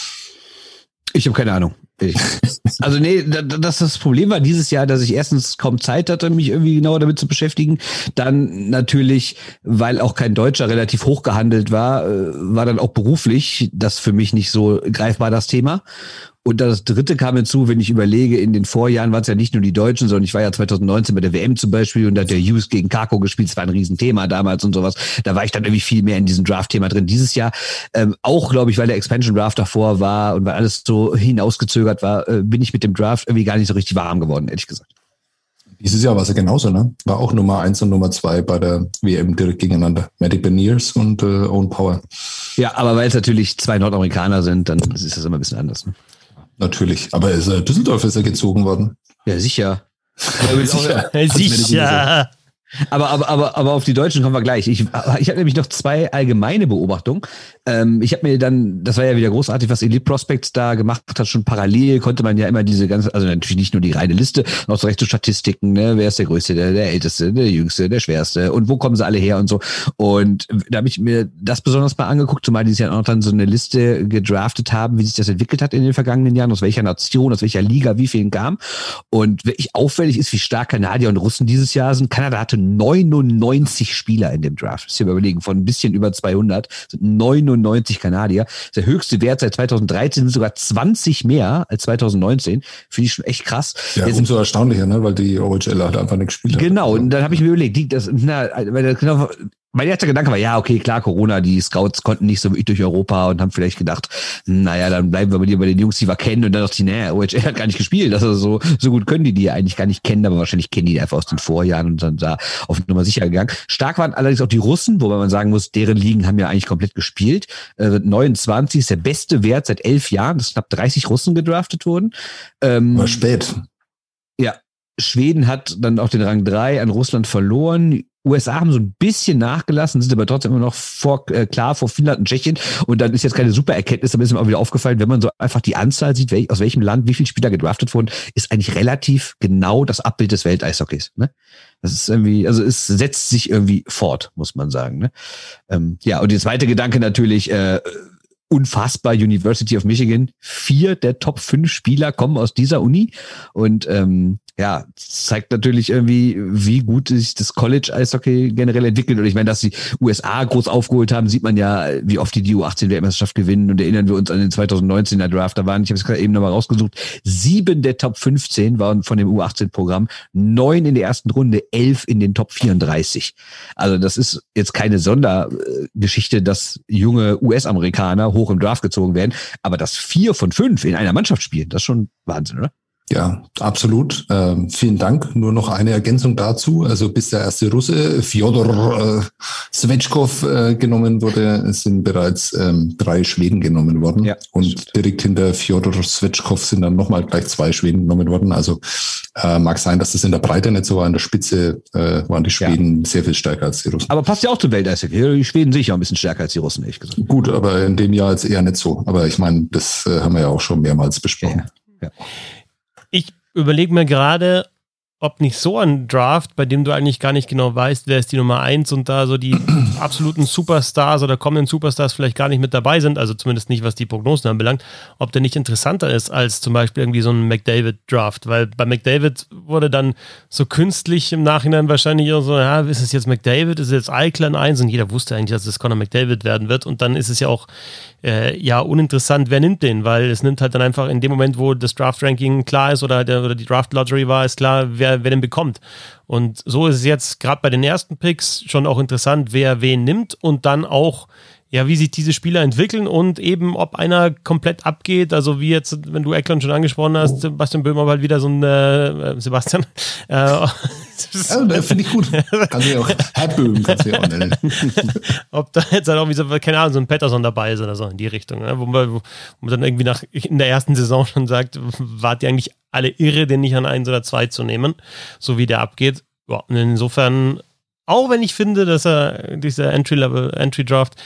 Ich habe keine Ahnung. Ich. Also nee, das, das Problem war dieses Jahr, dass ich erstens kaum Zeit hatte, mich irgendwie genauer damit zu beschäftigen. Dann natürlich, weil auch kein Deutscher relativ hoch gehandelt war, war dann auch beruflich das für mich nicht so greifbar, das Thema. Und das Dritte kam hinzu, wenn ich überlege, in den Vorjahren waren es ja nicht nur die Deutschen, sondern ich war ja zwanzig neunzehn bei der W M zum Beispiel und da hat der Hughes gegen Kako gespielt, das war ein Riesenthema damals und sowas. Da war ich dann irgendwie viel mehr in diesem Draft-Thema drin. Dieses Jahr ähm, auch, glaube ich, weil der Expansion-Draft davor war und weil alles so hinausgezögert war, äh, bin ich mit dem Draft irgendwie gar nicht so richtig warm geworden, ehrlich gesagt. Dieses Jahr war es ja genauso, ne? War auch Nummer eins und Nummer zwei bei der W M direkt gegeneinander. Matty Beniers und äh, Owen Power. Ja, aber weil es natürlich zwei Nordamerikaner sind, dann ist das immer ein bisschen anders, ne? Natürlich, aber ist, äh, Düsseldorf ist ja gezogen worden. Ja, sicher. sicher. Sicher. Aber, aber, aber, aber auf die Deutschen kommen wir gleich. Ich, ich habe nämlich noch zwei allgemeine Beobachtungen. Ähm, ich habe mir dann, das war ja wieder großartig, was Elite Prospects da gemacht hat, schon parallel konnte man ja immer diese ganze, also natürlich nicht nur die reine Liste, noch so recht so Statistiken, ne, wer ist der Größte, der, der Älteste, der Jüngste, der Schwerste und wo kommen sie alle her und so. Und da habe ich mir das besonders mal angeguckt, zumal die sich ja auch dann so eine Liste gedraftet haben, wie sich das entwickelt hat in den vergangenen Jahren, aus welcher Nation, aus welcher Liga, wie vielen kam. Und wirklich auffällig ist, wie stark Kanadier und Russen dieses Jahr sind. Kanada hatte neunundneunzig Spieler in dem Draft. Das ist ja überlegen, von ein bisschen über zweihundert sind neunundneunzig Kanadier. Das ist der höchste Wert seit zweitausenddreizehn, sind sogar zwanzig mehr als zweitausendneunzehn. Finde ich schon echt krass. Ja, Jetzt umso erstaunlicher, ne? Weil die O H L halt einfach nicht gespielt hat. Genau, und dann habe ich mir überlegt, liegt das, na, weil das genau, mein erster Gedanke war, ja, okay, klar, Corona, die Scouts konnten nicht so wirklich durch Europa und haben vielleicht gedacht, naja, dann bleiben wir bei dir bei den Jungs, die wir kennen. Und dann dachte ich, naja, O H L hat gar nicht gespielt. Also so, so gut können die die ja eigentlich gar nicht kennen, aber wahrscheinlich kennen die einfach aus den Vorjahren und dann da auf Nummer sicher gegangen. Stark waren allerdings auch die Russen, wobei man sagen muss, deren Ligen haben ja eigentlich komplett gespielt. Äh, neunundzwanzig ist der beste Wert seit elf Jahren, dass knapp dreißig Russen gedraftet wurden. Ähm, War spät. Ja, Schweden hat dann auch den Rang drei an Russland verloren. U S A haben so ein bisschen nachgelassen, sind aber trotzdem immer noch vor, äh, klar vor Finnland und Tschechien. Und dann ist jetzt keine super Erkenntnis, aber ist mir auch wieder aufgefallen, wenn man so einfach die Anzahl sieht, wel- aus welchem Land wie viele Spieler gedraftet wurden, ist eigentlich relativ genau das Abbild des Welteishockeys. Ne? Das ist irgendwie, also es setzt sich irgendwie fort, muss man sagen. Ne? Ähm, ja, und der zweite Gedanke natürlich, äh, unfassbar, University of Michigan. Vier der Top fünf Spieler kommen aus dieser Uni. Und ähm, ja, zeigt natürlich irgendwie, wie gut sich das College-Eishockey generell entwickelt. Und ich meine, dass die U S A groß aufgeholt haben, sieht man ja, wie oft die die U achtzehn-Weltmeisterschaft gewinnen. Und erinnern wir uns an den zweitausendneunzehner Draft. Da waren, ich habe es gerade eben nochmal rausgesucht, sieben der Top fünfzehn waren von dem U achtzehn-Programm, neun in der ersten Runde, elf in den Top vierunddreißig. Also das ist jetzt keine Sondergeschichte, dass junge U S-Amerikaner hoch im Draft gezogen werden. Aber dass vier von fünf in einer Mannschaft spielen, das ist schon Wahnsinn, oder? Ja, absolut. Ähm, vielen Dank. Nur noch eine Ergänzung dazu. Also bis der erste Russe, Fjodor äh, Svechkov, äh, genommen wurde, sind bereits ähm, drei Schweden genommen worden. Ja, und stimmt. Direkt hinter Fjodor Svechkov sind dann nochmal gleich zwei Schweden genommen worden. Also äh, mag sein, dass das in der Breite nicht so war. In der Spitze äh, waren die Schweden ja. sehr viel stärker als die Russen. Aber passt ja auch zum Welteishockey. Die Schweden sicher ein bisschen stärker als die Russen, ehrlich gesagt. Gut, aber in dem Jahr jetzt eher nicht so. Aber ich meine, das äh, haben wir ja auch schon mehrmals besprochen. Ja, ja. Ich überlege mir gerade, ob nicht so ein Draft, bei dem du eigentlich gar nicht genau weißt, wer ist die Nummer eins und da so die absoluten Superstars oder kommenden Superstars vielleicht gar nicht mit dabei sind, also zumindest nicht, was die Prognosen anbelangt, ob der nicht interessanter ist als zum Beispiel irgendwie so ein McDavid-Draft, weil bei McDavid wurde dann so künstlich im Nachhinein wahrscheinlich so, ja, ist es jetzt McDavid, ist es jetzt Eichler eins und jeder wusste eigentlich, dass es Connor McDavid werden wird und dann ist es ja auch äh, ja uninteressant, wer nimmt den, weil es nimmt halt dann einfach in dem Moment, wo das Draft-Ranking klar ist oder, der, oder die Draft-Lottery war, ist klar, wer wer den bekommt. Und so ist es jetzt gerade bei den ersten Picks schon auch interessant, wer wen nimmt und dann auch, ja, wie sich diese Spieler entwickeln und eben, ob einer komplett abgeht, also wie jetzt, wenn du Eckland schon angesprochen hast, Sebastian Böhmer halt wieder so ein äh, Sebastian. Äh, ja, finde ich gut. Kannst du ja auch, Herr Böhm kannst du ja auch nennen. Ob da jetzt halt auch wie so, keine Ahnung, so ein Pettersson dabei ist oder so in die Richtung, ne? wo, man, wo man dann irgendwie nach in der ersten Saison schon sagt, wart ihr eigentlich alle irre, den nicht an eins oder zwei zu nehmen, so wie der abgeht. Ja, und insofern, auch wenn ich finde, dass er dieser Entry-Level, Entry-Draft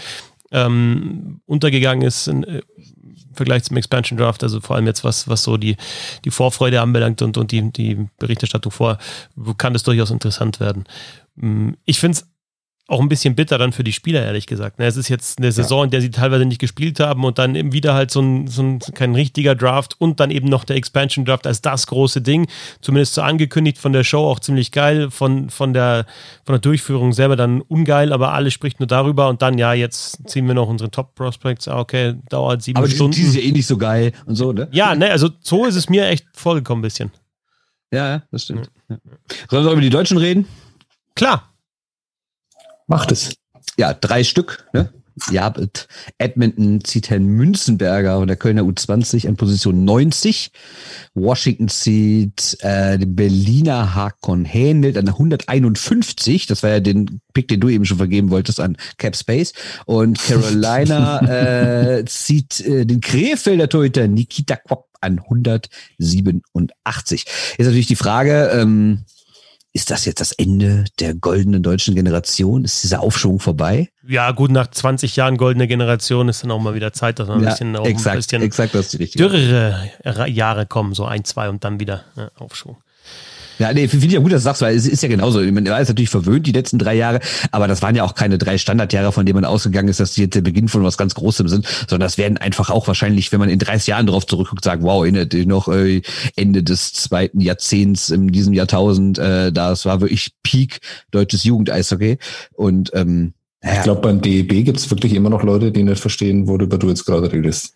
ähm, untergegangen ist in, äh, im Vergleich zum Expansion-Draft, also vor allem jetzt, was, was so die, die Vorfreude anbelangt und, und die, die Berichterstattung vor, kann das durchaus interessant werden. Ich finde es auch ein bisschen bitter dann für die Spieler, ehrlich gesagt. Es ist jetzt eine Saison, in der sie teilweise nicht gespielt haben und dann eben wieder halt so ein, so ein kein richtiger Draft und dann eben noch der Expansion Draft als das große Ding. Zumindest so angekündigt von der Show, auch ziemlich geil, von, von, der, von der Durchführung selber dann ungeil, aber alle spricht nur darüber und dann, ja, jetzt ziehen wir noch unsere Top Prospects, okay, dauert sieben aber Stunden. Aber die ist ja eh nicht so geil und so, ne? Ja, ne, also so ist es mir echt vorgekommen ein bisschen. Ja, das stimmt. Ja. Sollen wir über die Deutschen reden? Klar. Macht es. Ja, drei Stück. Ne? Ja, Edmonton zieht Herrn Münzenberger von der Kölner U zwanzig an Position neunzig. Washington zieht äh, den Berliner Hakon Hähnelt an hunderteinundfünfzig. Das war ja den Pick, den du eben schon vergeben wolltest an Cap Space. Und Carolina äh, zieht äh, den Krefelder Torhüter Nikita Quapp an hundertsiebenundachtzig. Jetzt natürlich die Frage, ähm, ist das jetzt das Ende der goldenen deutschen Generation? Ist dieser Aufschwung vorbei? Ja, gut, nach zwanzig Jahren goldene Generation ist dann auch mal wieder Zeit, dass man ein ja, bisschen, auch exakt, ein bisschen exakt, das ist die richtige. dürrere Jahre kommen, so ein, zwei und dann wieder ja, Aufschwung. Ja, nee, finde ich ja gut, dass du sagst, weil es ist ja genauso. Man war jetzt natürlich verwöhnt die letzten drei Jahre, aber das waren ja auch keine drei Standardjahre, von denen man ausgegangen ist, dass die jetzt der Beginn von was ganz Großem sind, sondern das werden einfach auch wahrscheinlich, wenn man in dreißig Jahren drauf zurückguckt, sagen, wow, erinnert ihr noch äh, Ende des zweiten Jahrzehnts in diesem Jahrtausend, äh, das war wirklich Peak deutsches Jugendeishockey und ähm, Ja. Ich glaube, beim D E B gibt es wirklich immer noch Leute, die nicht verstehen, worüber du jetzt gerade redest.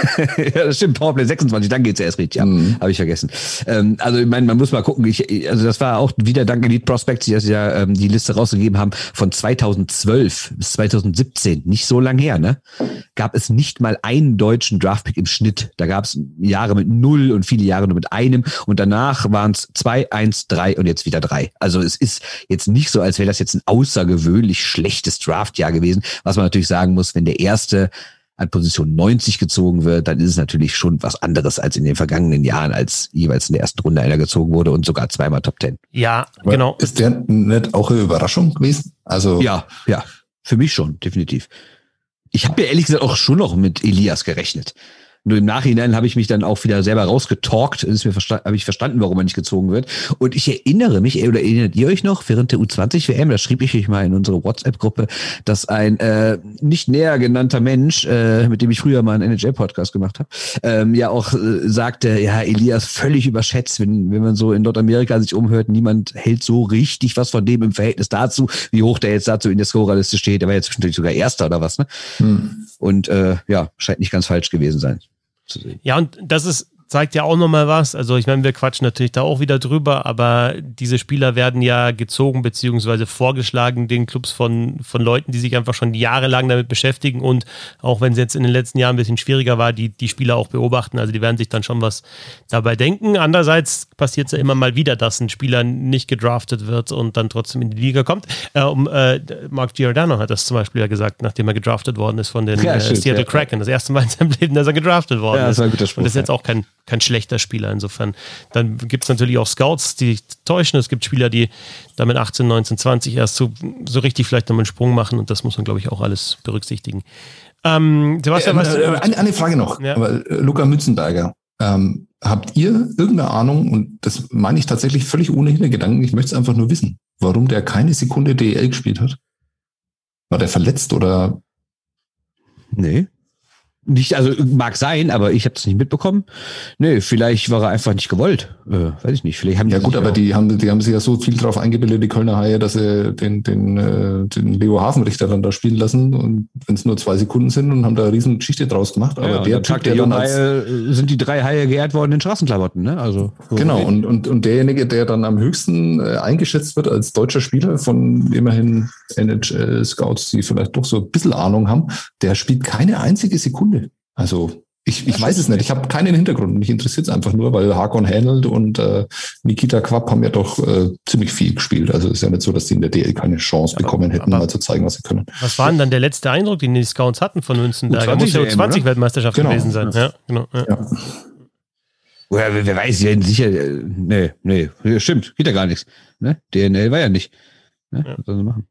Ja, das stimmt. Powerplay sechsundzwanzig, dann geht's ja erst richtig. Ja, mhm. Habe ich vergessen. Ähm, also ich meine, man muss mal gucken. Ich, also das war auch wieder dank Elite Prospects, die das ja ähm, die Liste rausgegeben haben, von zweitausendzwölf bis zweitausendsiebzehn, nicht so lang her, ne? Gab es nicht mal einen deutschen Draftpick im Schnitt. Da gab es Jahre mit null und viele Jahre nur mit einem. Und danach waren es zwei, eins, drei und jetzt wieder drei. Also es ist jetzt nicht so, als wäre das jetzt ein außergewöhnlich schlechtes Draft. Draftjahr gewesen, was man natürlich sagen muss, wenn der erste an Position neunzig gezogen wird, dann ist es natürlich schon was anderes als in den vergangenen Jahren, als jeweils in der ersten Runde einer gezogen wurde und sogar zweimal Top Ten. Ja, aber genau. Ist der nicht auch eine Überraschung gewesen? Also ja, ja, für mich schon, definitiv. Ich habe ja ehrlich gesagt auch schon noch mit Elias gerechnet. Nur im Nachhinein habe ich mich dann auch wieder selber rausgetalkt. Ist mir versta- habe ich verstanden, warum er nicht gezogen wird. Und ich erinnere mich, oder erinnert ihr euch noch, während der U zwanzig W M, da schrieb ich euch mal in unsere WhatsApp-Gruppe, dass ein äh, nicht näher genannter Mensch, äh, mit dem ich früher mal einen N H L-Podcast gemacht habe, ähm, ja auch äh, sagte, ja, Elias völlig überschätzt, wenn, wenn man so in Nordamerika sich umhört, niemand hält so richtig was von dem im Verhältnis dazu, wie hoch der jetzt dazu in der Scorerliste steht. Der war jetzt zwischendurch sogar Erster oder was, ne? Hm. Und äh, ja, scheint nicht ganz falsch gewesen sein. Ja, und das ist, zeigt ja auch nochmal was. Also ich meine, wir quatschen natürlich da auch wieder drüber, aber diese Spieler werden ja gezogen beziehungsweise vorgeschlagen den Clubs von, von Leuten, die sich einfach schon jahrelang damit beschäftigen und auch wenn es jetzt in den letzten Jahren ein bisschen schwieriger war, die, die Spieler auch beobachten. Also die werden sich dann schon was dabei denken. Andererseits passiert es ja immer mal wieder, dass ein Spieler nicht gedraftet wird und dann trotzdem in die Liga kommt. Äh, um, äh, Mark Giordano hat das zum Beispiel ja gesagt, nachdem er gedraftet worden ist von den ja, äh, Seattle ja. Kraken. Das erste Mal in seinem Leben, dass er gedraftet worden ja, das war ein guter Spruch, ist. Und das ist jetzt auch kein kein schlechter Spieler insofern. Dann gibt es natürlich auch Scouts, die täuschen. Es gibt Spieler, die da mit achtzehn, neunzehn, zwanzig erst so, so richtig vielleicht nochmal einen Sprung machen und das muss man, glaube ich, auch alles berücksichtigen. Ähm, Sebastian, äh, was äh, eine, eine Frage noch, ja. aber äh, Luca Münzenberger, ähm, habt ihr irgendeine Ahnung, und das meine ich tatsächlich völlig ohne Hintergedanken, ich möchte es einfach nur wissen, warum der keine Sekunde D E L gespielt hat? War der verletzt oder? Nee. Nicht, also mag sein, aber ich habe es nicht mitbekommen. Nee, vielleicht war er einfach nicht gewollt. Äh, weiß ich nicht. Vielleicht haben die ja gut, aber die haben, die haben sich ja so viel drauf eingebildet, die Kölner Haie, dass sie den, den, äh, den Leo Hafenrichter dann da spielen lassen und wenn es nur zwei Sekunden sind und haben da eine riesen Geschichte draus gemacht. Aber ja, der Tag, der dann als, Haie, sind die drei Haie geehrt worden in Straßenklamotten, ne? Also so genau. Und, und, und derjenige, der dann am höchsten äh, eingeschätzt wird als deutscher Spieler von immerhin N H L-Scouts, die vielleicht doch so ein bisschen Ahnung haben, der spielt keine einzige Sekunde. Also ich, ich weiß es nicht, ich habe keinen Hintergrund. Mich interessiert es einfach nur, weil Hakon Hähnelt und äh, Nikita Quapp haben ja doch äh, ziemlich viel gespielt. Also es ist ja nicht so, dass die in der D L keine Chance aber, bekommen hätten, mal zu zeigen, was sie können. Was war denn dann der letzte Eindruck, den die Scouts hatten von Münzenberger? Muss ja U zwanzig Weltmeisterschaft genau. gewesen sein. Ja, genau. Ja. Ja. Oder wer, wer weiß, ja sicher, nee, nee, stimmt, geht ja gar nichts. Ne? D N L war ja nicht. Ne? Ja. Was sollen sie machen?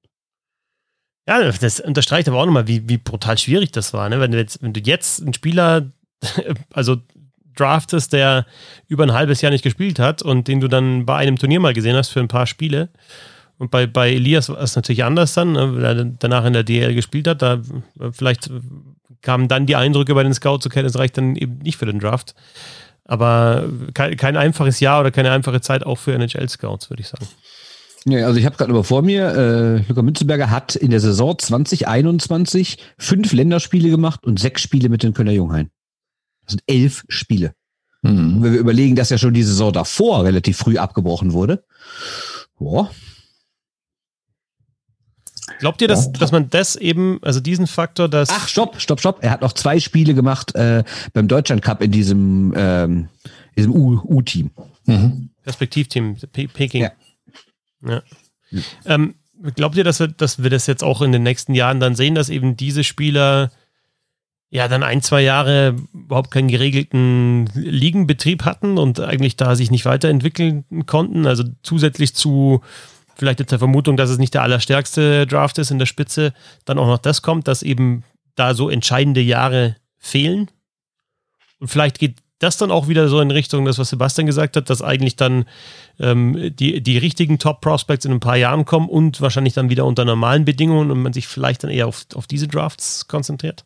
Ja, das unterstreicht aber auch nochmal, wie, wie brutal schwierig das war. Ne? Wenn du jetzt, wenn du jetzt einen Spieler, also draftest, der über ein halbes Jahr nicht gespielt hat und den du dann bei einem Turnier mal gesehen hast für ein paar Spiele Und bei, bei Elias war es natürlich anders dann, weil er danach in der D L gespielt hat. Da vielleicht kamen dann die Eindrücke bei den Scouts, okay, das reicht dann eben nicht für den Draft. Aber kein, kein einfaches Jahr oder keine einfache Zeit auch für N H L-Scouts, würde ich sagen. Ja, also ich habe gerade aber vor mir, äh, Luka Münzenberger hat in der Saison zwanzig einundzwanzig fünf Länderspiele gemacht und sechs Spiele mit den Kölner Junghain. Das sind elf Spiele. Mhm. Und wenn wir überlegen, dass ja schon die Saison davor relativ früh abgebrochen wurde. Boah. Glaubt ihr, dass, ja. dass man das eben, also diesen Faktor, dass... Ach, stopp, stopp, stopp. Er hat noch zwei Spiele gemacht äh, beim Deutschland Cup in diesem, ähm, diesem U-Team. Mhm. Perspektivteam, P- Peking. Ja. Ja. Mhm. Ähm, glaubt ihr, dass wir, dass wir das jetzt auch in den nächsten Jahren dann sehen, dass eben diese Spieler ja dann ein, zwei Jahre überhaupt keinen geregelten Ligenbetrieb hatten und eigentlich da sich nicht weiterentwickeln konnten? Also zusätzlich zu vielleicht jetzt der Vermutung, dass es nicht der allerstärkste Draft ist in der Spitze, dann auch noch das kommt, dass eben da so entscheidende Jahre fehlen. Und vielleicht geht das dann auch wieder so in Richtung, das, was Sebastian gesagt hat, dass eigentlich dann ähm, die, die richtigen Top-Prospects in ein paar Jahren kommen und wahrscheinlich dann wieder unter normalen Bedingungen und man sich vielleicht dann eher auf, auf diese Drafts konzentriert.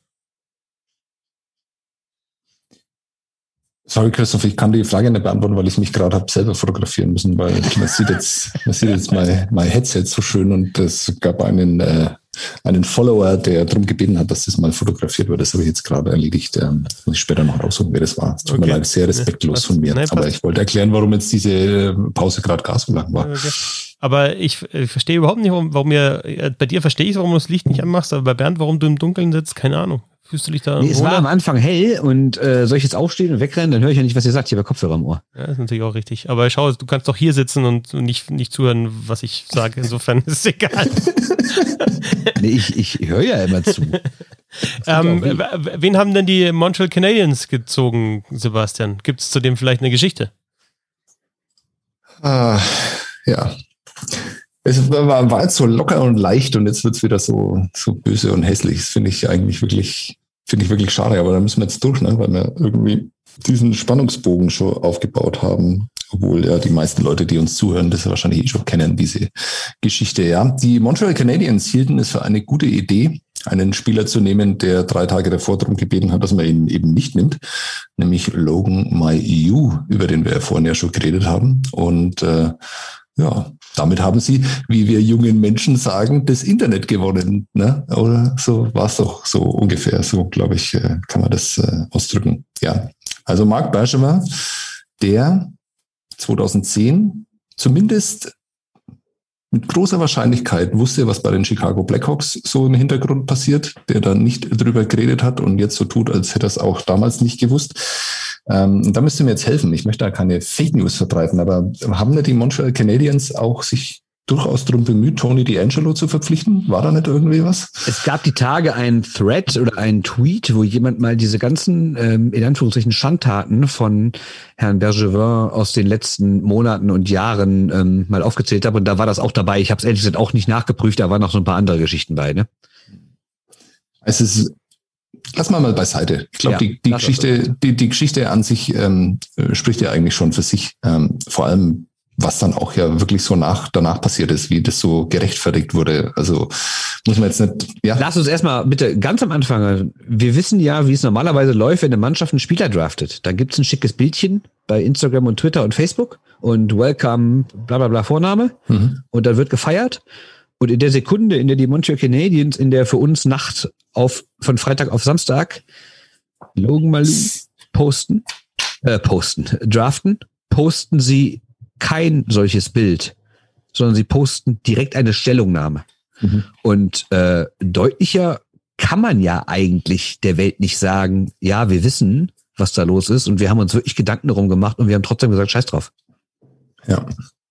Sorry, Christoph, ich kann die Frage nicht beantworten, weil ich mich gerade habe selber fotografieren müssen, weil man sieht jetzt, man sieht jetzt mein, mein Headset so schön und es gab einen, äh, einen Follower, der darum gebeten hat, dass das mal fotografiert wird. Das habe ich jetzt gerade erledigt. Ähm, das muss ich später noch raussuchen, wer das war. Es tut okay. mir leid, sehr respektlos nee, von mir. Nee, aber ich wollte erklären, warum jetzt diese Pause gerade gar so lang war. Okay. Aber ich, ich verstehe überhaupt nicht, warum, warum ihr, bei dir verstehe ich, warum du das Licht nicht anmachst, aber bei Bernd, warum du im Dunkeln sitzt, keine Ahnung. Fühlst du dich da? Nee, es war am Anfang hell und äh, soll ich jetzt aufstehen und wegrennen, dann höre ich ja nicht, was ihr sagt. Ich habe Kopfhörer im Ohr. Ja, das ist natürlich auch richtig. Aber schau, du kannst doch hier sitzen und nicht, nicht zuhören, was ich sage. Insofern ist es egal. Nee, ich, ich höre ja immer zu. ähm, wen haben denn die Montreal Canadiens gezogen, Sebastian? Gibt es zu dem vielleicht eine Geschichte? Ah, ja. Es war, war jetzt so locker und leicht und jetzt wird es wieder so, so böse und hässlich. Das finde ich eigentlich wirklich, finde ich wirklich schade. Aber da müssen wir jetzt durch, ne? Weil wir irgendwie diesen Spannungsbogen schon aufgebaut haben. Obwohl ja die meisten Leute, die uns zuhören, das wahrscheinlich eh schon kennen, diese Geschichte. Ja, die Montreal Canadiens hielten es für eine gute Idee, einen Spieler zu nehmen, der drei Tage davor darum gebeten hat, dass man ihn eben nicht nimmt, nämlich Logan Mailloux, über den wir ja vorhin ja schon geredet haben. Und äh, ja, damit haben sie, wie wir jungen Menschen sagen, das Internet gewonnen, ne? Oder so war es doch so ungefähr. So, glaube ich, kann man das äh, ausdrücken. Ja, also Marc Bergevin, der zweitausendzehn zumindest mit großer Wahrscheinlichkeit wusste, was bei den Chicago Blackhawks so im Hintergrund passiert, der da nicht drüber geredet hat und jetzt so tut, als hätte er es auch damals nicht gewusst. Ähm, da müsst ihr mir jetzt helfen. Ich möchte da keine Fake News verbreiten, aber haben nicht die Montreal Canadiens auch sich durchaus darum bemüht, Tony DeAngelo zu verpflichten? War da nicht irgendwie was? Es gab die Tage einen Thread oder einen Tweet, wo jemand mal diese ganzen, ähm, in Anführungszeichen, Schandtaten von Herrn Bergevin aus den letzten Monaten und Jahren ähm, mal aufgezählt hat. Und da war das auch dabei. Ich habe es ehrlich gesagt auch nicht nachgeprüft, da waren noch so ein paar andere Geschichten bei, ne? Es ist Lass mal mal beiseite. Ich glaube, ja, die, die Geschichte, die, die Geschichte an sich ähm, spricht ja eigentlich schon für sich. Ähm, vor allem, was dann auch ja wirklich so nach danach passiert ist, wie das so gerechtfertigt wurde. Also muss man jetzt nicht. Ja. Lass uns erstmal bitte ganz am Anfang. Wir wissen ja, wie es normalerweise läuft, wenn eine Mannschaft einen Spieler draftet. Dann gibt's ein schickes Bildchen bei Instagram und Twitter und Facebook und Welcome, bla bla bla Vorname. Mhm. Und dann wird gefeiert. Und in der Sekunde, in der die Montreal Canadiens in der für uns Nacht auf von Freitag auf Samstag Logan Mailloux posten, äh, posten, draften, posten sie kein solches Bild, sondern sie posten direkt eine Stellungnahme. Mhm. Und äh, deutlicher kann man ja eigentlich der Welt nicht sagen, ja, wir wissen, was da los ist und wir haben uns wirklich Gedanken darum gemacht und wir haben trotzdem gesagt, scheiß drauf. Ja.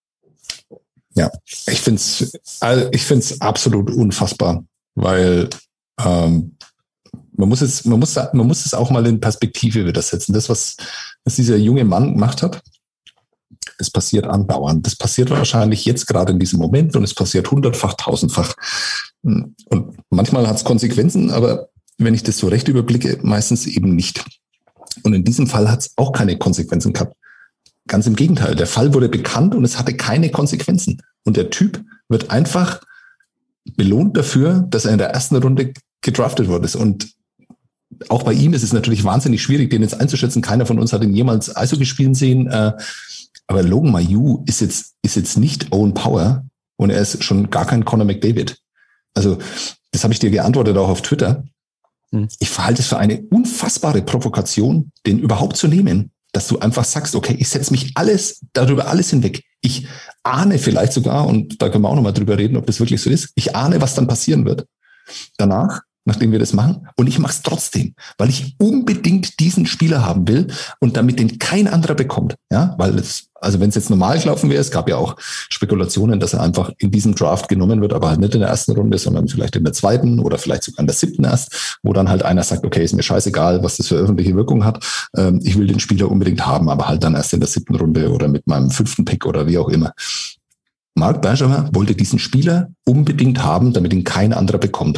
Ja, ich find's, also ich find's absolut unfassbar, weil ähm, man muss es, man muss, man muss es auch mal in Perspektive wieder setzen. Das, was, was dieser junge Mann gemacht hat, es passiert andauernd. Das passiert wahrscheinlich jetzt gerade in diesem Moment und es passiert hundertfach, tausendfach. Und manchmal hat es Konsequenzen, aber wenn ich das so recht überblicke, meistens eben nicht. Und in diesem Fall hat es auch keine Konsequenzen gehabt. Ganz im Gegenteil, der Fall wurde bekannt und es hatte keine Konsequenzen. Und der Typ wird einfach belohnt dafür, dass er in der ersten Runde gedraftet wurde. Und auch bei ihm ist es natürlich wahnsinnig schwierig, den jetzt einzuschätzen. Keiner von uns hat ihn jemals Eishockey spielen sehen. Aber Logan Mailloux ist jetzt, ist jetzt nicht Owen Power und er ist schon gar kein Connor McDavid. Also, das habe ich dir geantwortet auch auf Twitter. Hm. Ich halte es für eine unfassbare Provokation, den überhaupt zu nehmen, dass du einfach sagst, okay, ich setze mich alles, darüber alles hinweg. Ich ahne vielleicht sogar, und da können wir auch nochmal drüber reden, ob das wirklich so ist, ich ahne, was dann passieren wird. Danach, nachdem wir das machen, und ich mache es trotzdem, weil ich unbedingt diesen Spieler haben will und damit den kein anderer bekommt. Ja, weil es, also wenn es jetzt normal gelaufen wäre, es gab ja auch Spekulationen, dass er einfach in diesem Draft genommen wird, aber halt nicht in der ersten Runde, sondern vielleicht in der zweiten oder vielleicht sogar in der siebten erst, wo dann halt einer sagt, okay, ist mir scheißegal, was das für öffentliche Wirkung hat. Ähm, ich will den Spieler unbedingt haben, aber halt dann erst in der siebten Runde oder mit meinem fünften Pick oder wie auch immer. Marc Bergevin wollte diesen Spieler unbedingt haben, damit ihn kein anderer bekommt.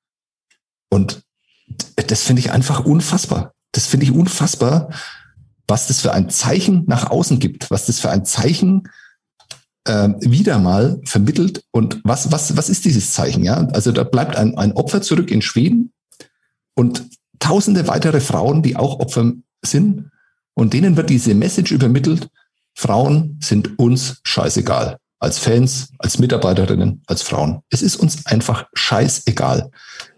Und das finde ich einfach unfassbar. Das finde ich unfassbar, was das für ein Zeichen nach außen gibt, was das für ein Zeichen äh, wieder mal vermittelt. Und was, was, was ist dieses Zeichen? Ja, also da bleibt ein, ein Opfer zurück in Schweden und tausende weitere Frauen, die auch Opfer sind. Und denen wird diese Message übermittelt: Frauen sind uns scheißegal. Als Fans, als Mitarbeiterinnen, als Frauen. Es ist uns einfach scheißegal.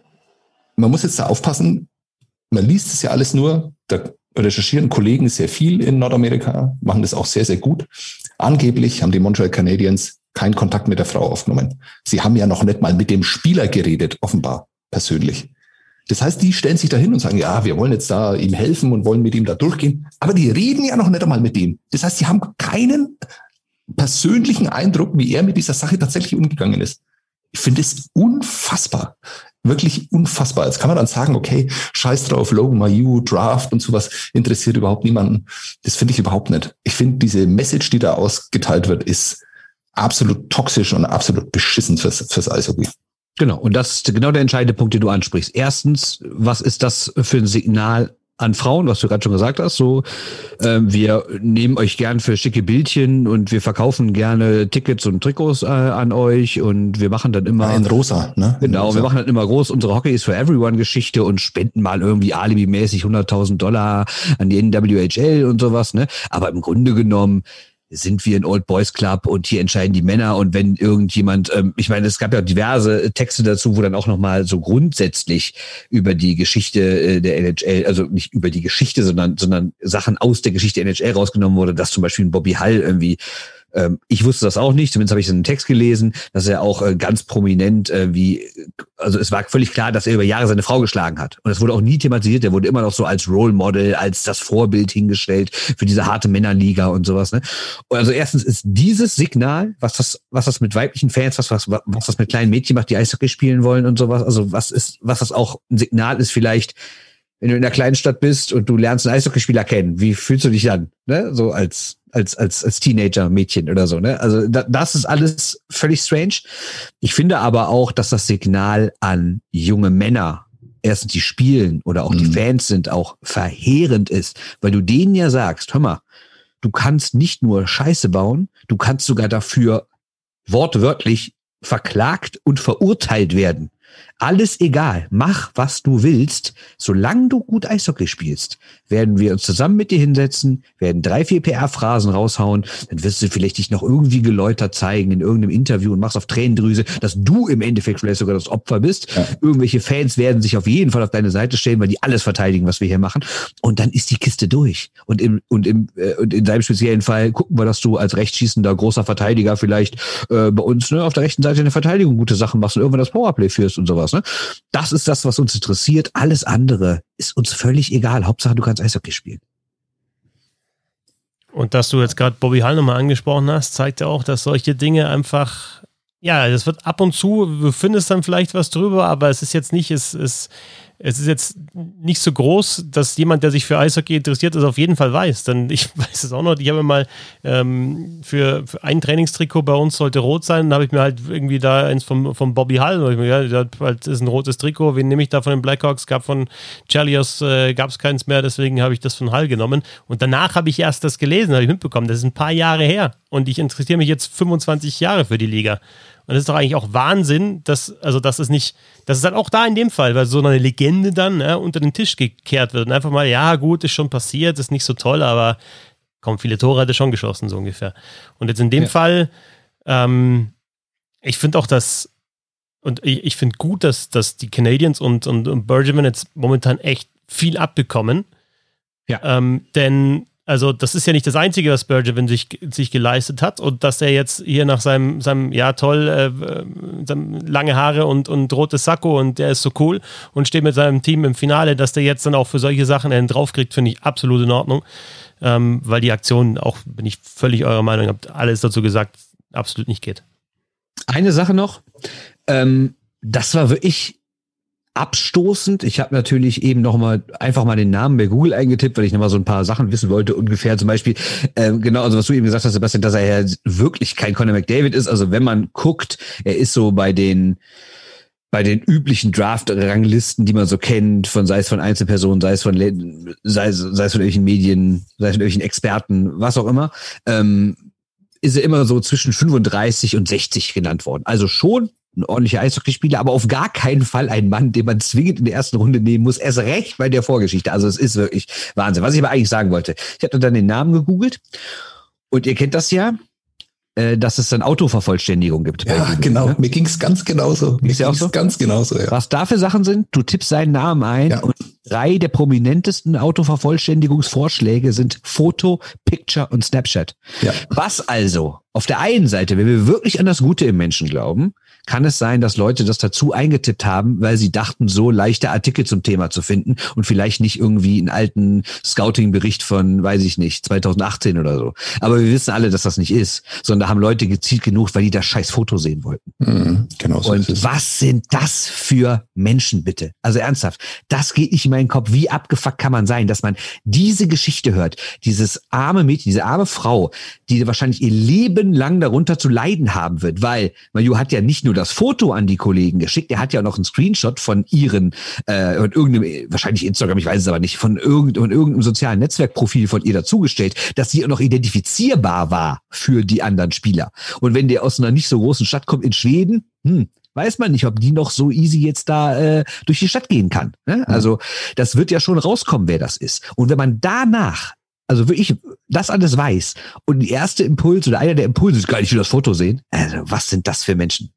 Man muss jetzt da aufpassen, man liest es ja alles nur, da recherchieren Kollegen sehr viel in Nordamerika, machen das auch sehr, sehr gut. Angeblich haben die Montreal Canadiens keinen Kontakt mit der Frau aufgenommen. Sie haben ja noch nicht mal mit dem Spieler geredet, offenbar, persönlich. Das heißt, die stellen sich da hin und sagen, ja, wir wollen jetzt da ihm helfen und wollen mit ihm da durchgehen, aber die reden ja noch nicht einmal mit dem. Das heißt, sie haben keinen persönlichen Eindruck, wie er mit dieser Sache tatsächlich umgegangen ist. Ich finde es unfassbar. Wirklich unfassbar. Jetzt kann man dann sagen, okay, scheiß drauf, Logan Mailloux, Draft und sowas interessiert überhaupt niemanden. Das finde ich überhaupt nicht. Ich finde, diese Message, die da ausgeteilt wird, ist absolut toxisch und absolut beschissen fürs, fürs Eishockey. Genau. Und das ist genau der entscheidende Punkt, den du ansprichst. Erstens, was ist das für ein Signal an Frauen, was du gerade schon gesagt hast, so, äh, wir nehmen euch gern für schicke Bildchen und wir verkaufen gerne Tickets und Trikots äh, an euch und wir machen dann immer... Ja, in rosa, ne? In genau, rosa. Wir machen dann immer groß unsere Hockey is for Everyone Geschichte und spenden mal irgendwie alibimäßig hunderttausend Dollar an die N W H L und sowas, ne? Aber im Grunde genommen sind wir ein Old Boys Club und hier entscheiden die Männer. Und wenn irgendjemand, ähm, ich meine, es gab ja diverse Texte dazu, wo dann auch nochmal so grundsätzlich über die Geschichte äh, der N H L, also nicht über die Geschichte, sondern sondern Sachen aus der Geschichte der N H L rausgenommen wurde, dass zum Beispiel ein Bobby Hull irgendwie, ähm, ich wusste das auch nicht, zumindest habe ich es in einem Text gelesen, dass er auch äh, ganz prominent äh, wie, also es war völlig klar, dass er über Jahre seine Frau geschlagen hat. Und es wurde auch nie thematisiert, er wurde immer noch so als Role Model, als das Vorbild hingestellt für diese harte Männerliga und sowas, ne? Und also erstens ist dieses Signal, was das, was das mit weiblichen Fans, was, was, was das mit kleinen Mädchen macht, die Eishockey spielen wollen und sowas, also was ist, was das auch ein Signal ist vielleicht, wenn du in einer kleinen Stadt bist und du lernst einen Eishockeyspieler kennen, wie fühlst du dich dann, ne? So als, als, als, als Teenager-Mädchen oder so, ne? Also da, das ist alles völlig strange. Ich finde aber auch, dass das Signal an junge Männer, erstens die spielen oder auch mhm. die Fans sind, auch verheerend ist, weil du denen ja sagst, hör mal, du kannst nicht nur Scheiße bauen, du kannst sogar dafür wortwörtlich verklagt und verurteilt werden. Alles egal, mach, was du willst. Solange du gut Eishockey spielst, werden wir uns zusammen mit dir hinsetzen, werden drei, vier P R-Phrasen raushauen, dann wirst du vielleicht dich noch irgendwie geläutert zeigen in irgendeinem Interview und machst auf Tränendrüse, dass du im Endeffekt vielleicht sogar das Opfer bist. Ja. Irgendwelche Fans werden sich auf jeden Fall auf deine Seite stellen, weil die alles verteidigen, was wir hier machen. Und dann ist die Kiste durch. Und im, und im, äh, und in deinem speziellen Fall gucken wir, dass du als rechtsschießender großer Verteidiger vielleicht äh, bei uns ne, auf der rechten Seite in der Verteidigung gute Sachen machst und irgendwann das Powerplay führst und sowas. Ne? Das ist das, was uns interessiert. Alles andere ist uns völlig egal. Hauptsache, du kannst Eishockey spielen. Und dass du jetzt gerade Bobby Hull nochmal angesprochen hast, zeigt ja auch, dass solche Dinge einfach, ja, das wird ab und zu, du findest dann vielleicht was drüber, aber es ist jetzt nicht, es, es es ist jetzt nicht so groß, dass jemand, der sich für Eishockey interessiert, das auf jeden Fall weiß. Denn ich weiß es auch noch, ich habe mal ähm, für, für ein Trainingstrikot bei uns sollte rot sein, dann habe ich mir halt irgendwie da eins vom, vom Bobby Hull, und ich mir, ja, das ist ein rotes Trikot, wen nehme ich da von den Blackhawks? Gab von Chelios, äh, gab es keins mehr, deswegen habe ich das von Hull genommen. Und danach habe ich erst das gelesen, habe ich mitbekommen, das ist ein paar Jahre her und ich interessiere mich jetzt fünfundzwanzig Jahre für die Liga. Und das ist doch eigentlich auch Wahnsinn, dass, also das ist nicht, das ist halt auch da in dem Fall, weil so eine Legende dann ja, unter den Tisch gekehrt wird und einfach mal, ja gut, ist schon passiert, ist nicht so toll, aber komm, viele Tore hat er schon geschossen, so ungefähr. Und jetzt in dem ja. Fall, ähm, ich finde auch, dass, und ich, ich finde gut, dass, dass die Canadiens und, und, und Bergevin jetzt momentan echt viel abbekommen. Ja. Ähm, denn Also das ist ja nicht das Einzige, was Bergevin sich, sich geleistet hat und dass er jetzt hier nach seinem, seinem ja toll, äh, seinem lange Haare und, und rotes Sakko und der ist so cool und steht mit seinem Team im Finale, dass der jetzt dann auch für solche Sachen einen draufkriegt, finde ich absolut in Ordnung, ähm, weil die Aktion auch, bin ich völlig eurer Meinung, habt alles dazu gesagt, absolut nicht geht. Eine Sache noch, ähm, das war wirklich abstoßend. Ich habe natürlich eben noch mal einfach mal den Namen bei Google eingetippt, weil ich noch mal so ein paar Sachen wissen wollte, ungefähr zum Beispiel, äh, genau, also was du eben gesagt hast, Sebastian, dass er ja wirklich kein Conor McDavid ist. Also wenn man guckt, er ist so bei den bei den üblichen Draft-Ranglisten, die man so kennt, von sei es von Einzelpersonen, sei es von sei, sei es von irgendwelchen Medien, sei es von irgendwelchen Experten, was auch immer, ähm, ist er immer so zwischen fünfunddreißig und sechzig genannt worden. Also schon ein ordentlicher Eishockeyspieler, aber auf gar keinen Fall ein Mann, den man zwingend in der ersten Runde nehmen muss. Erst recht bei der Vorgeschichte. Also es ist wirklich Wahnsinn. Was ich aber eigentlich sagen wollte, ich hatte dann den Namen gegoogelt und ihr kennt das ja, äh, dass es dann Autovervollständigung gibt. Ja, Google, genau. Ne? Mir ging es ganz genauso. Mir ging es so? ganz genauso, ja. Was da für Sachen sind, du tippst seinen Namen ein ja. und drei der prominentesten Autovervollständigungsvorschläge sind Foto, Picture und Snapchat. Ja. Was also auf der einen Seite, wenn wir wirklich an das Gute im Menschen glauben, kann es sein, dass Leute das dazu eingetippt haben, weil sie dachten, so leichte Artikel zum Thema zu finden und vielleicht nicht irgendwie einen alten Scouting-Bericht von, weiß ich nicht, zwanzig achtzehn oder so. Aber wir wissen alle, dass das nicht ist, sondern da haben Leute gezielt genug, weil die das scheiß Foto sehen wollten. Mhm, genau so und was sind das für Menschen, bitte? Also ernsthaft, das geht nicht in meinen Kopf. Wie abgefuckt kann man sein, dass man diese Geschichte hört, dieses arme Mädchen, diese arme Frau, die wahrscheinlich ihr Leben lang darunter zu leiden haben wird, weil Mayu hat ja nicht nur das Foto an die Kollegen geschickt, er hat ja noch einen Screenshot von ihren, äh, von irgendeinem, wahrscheinlich Instagram, ich weiß es aber nicht, von irgendeinem, von irgendeinem sozialen Netzwerkprofil von ihr dazugestellt, dass sie auch noch identifizierbar war für die anderen Spieler. Und wenn der aus einer nicht so großen Stadt kommt in Schweden, hm, weiß man nicht, ob die noch so easy jetzt da äh, durch die Stadt gehen kann. Ne? Also das wird ja schon rauskommen, wer das ist. Und wenn man danach also wirklich das alles weiß und die erste Impuls oder einer der Impulse ist gar nicht, wie das Foto sehen. Also was sind das für Menschen?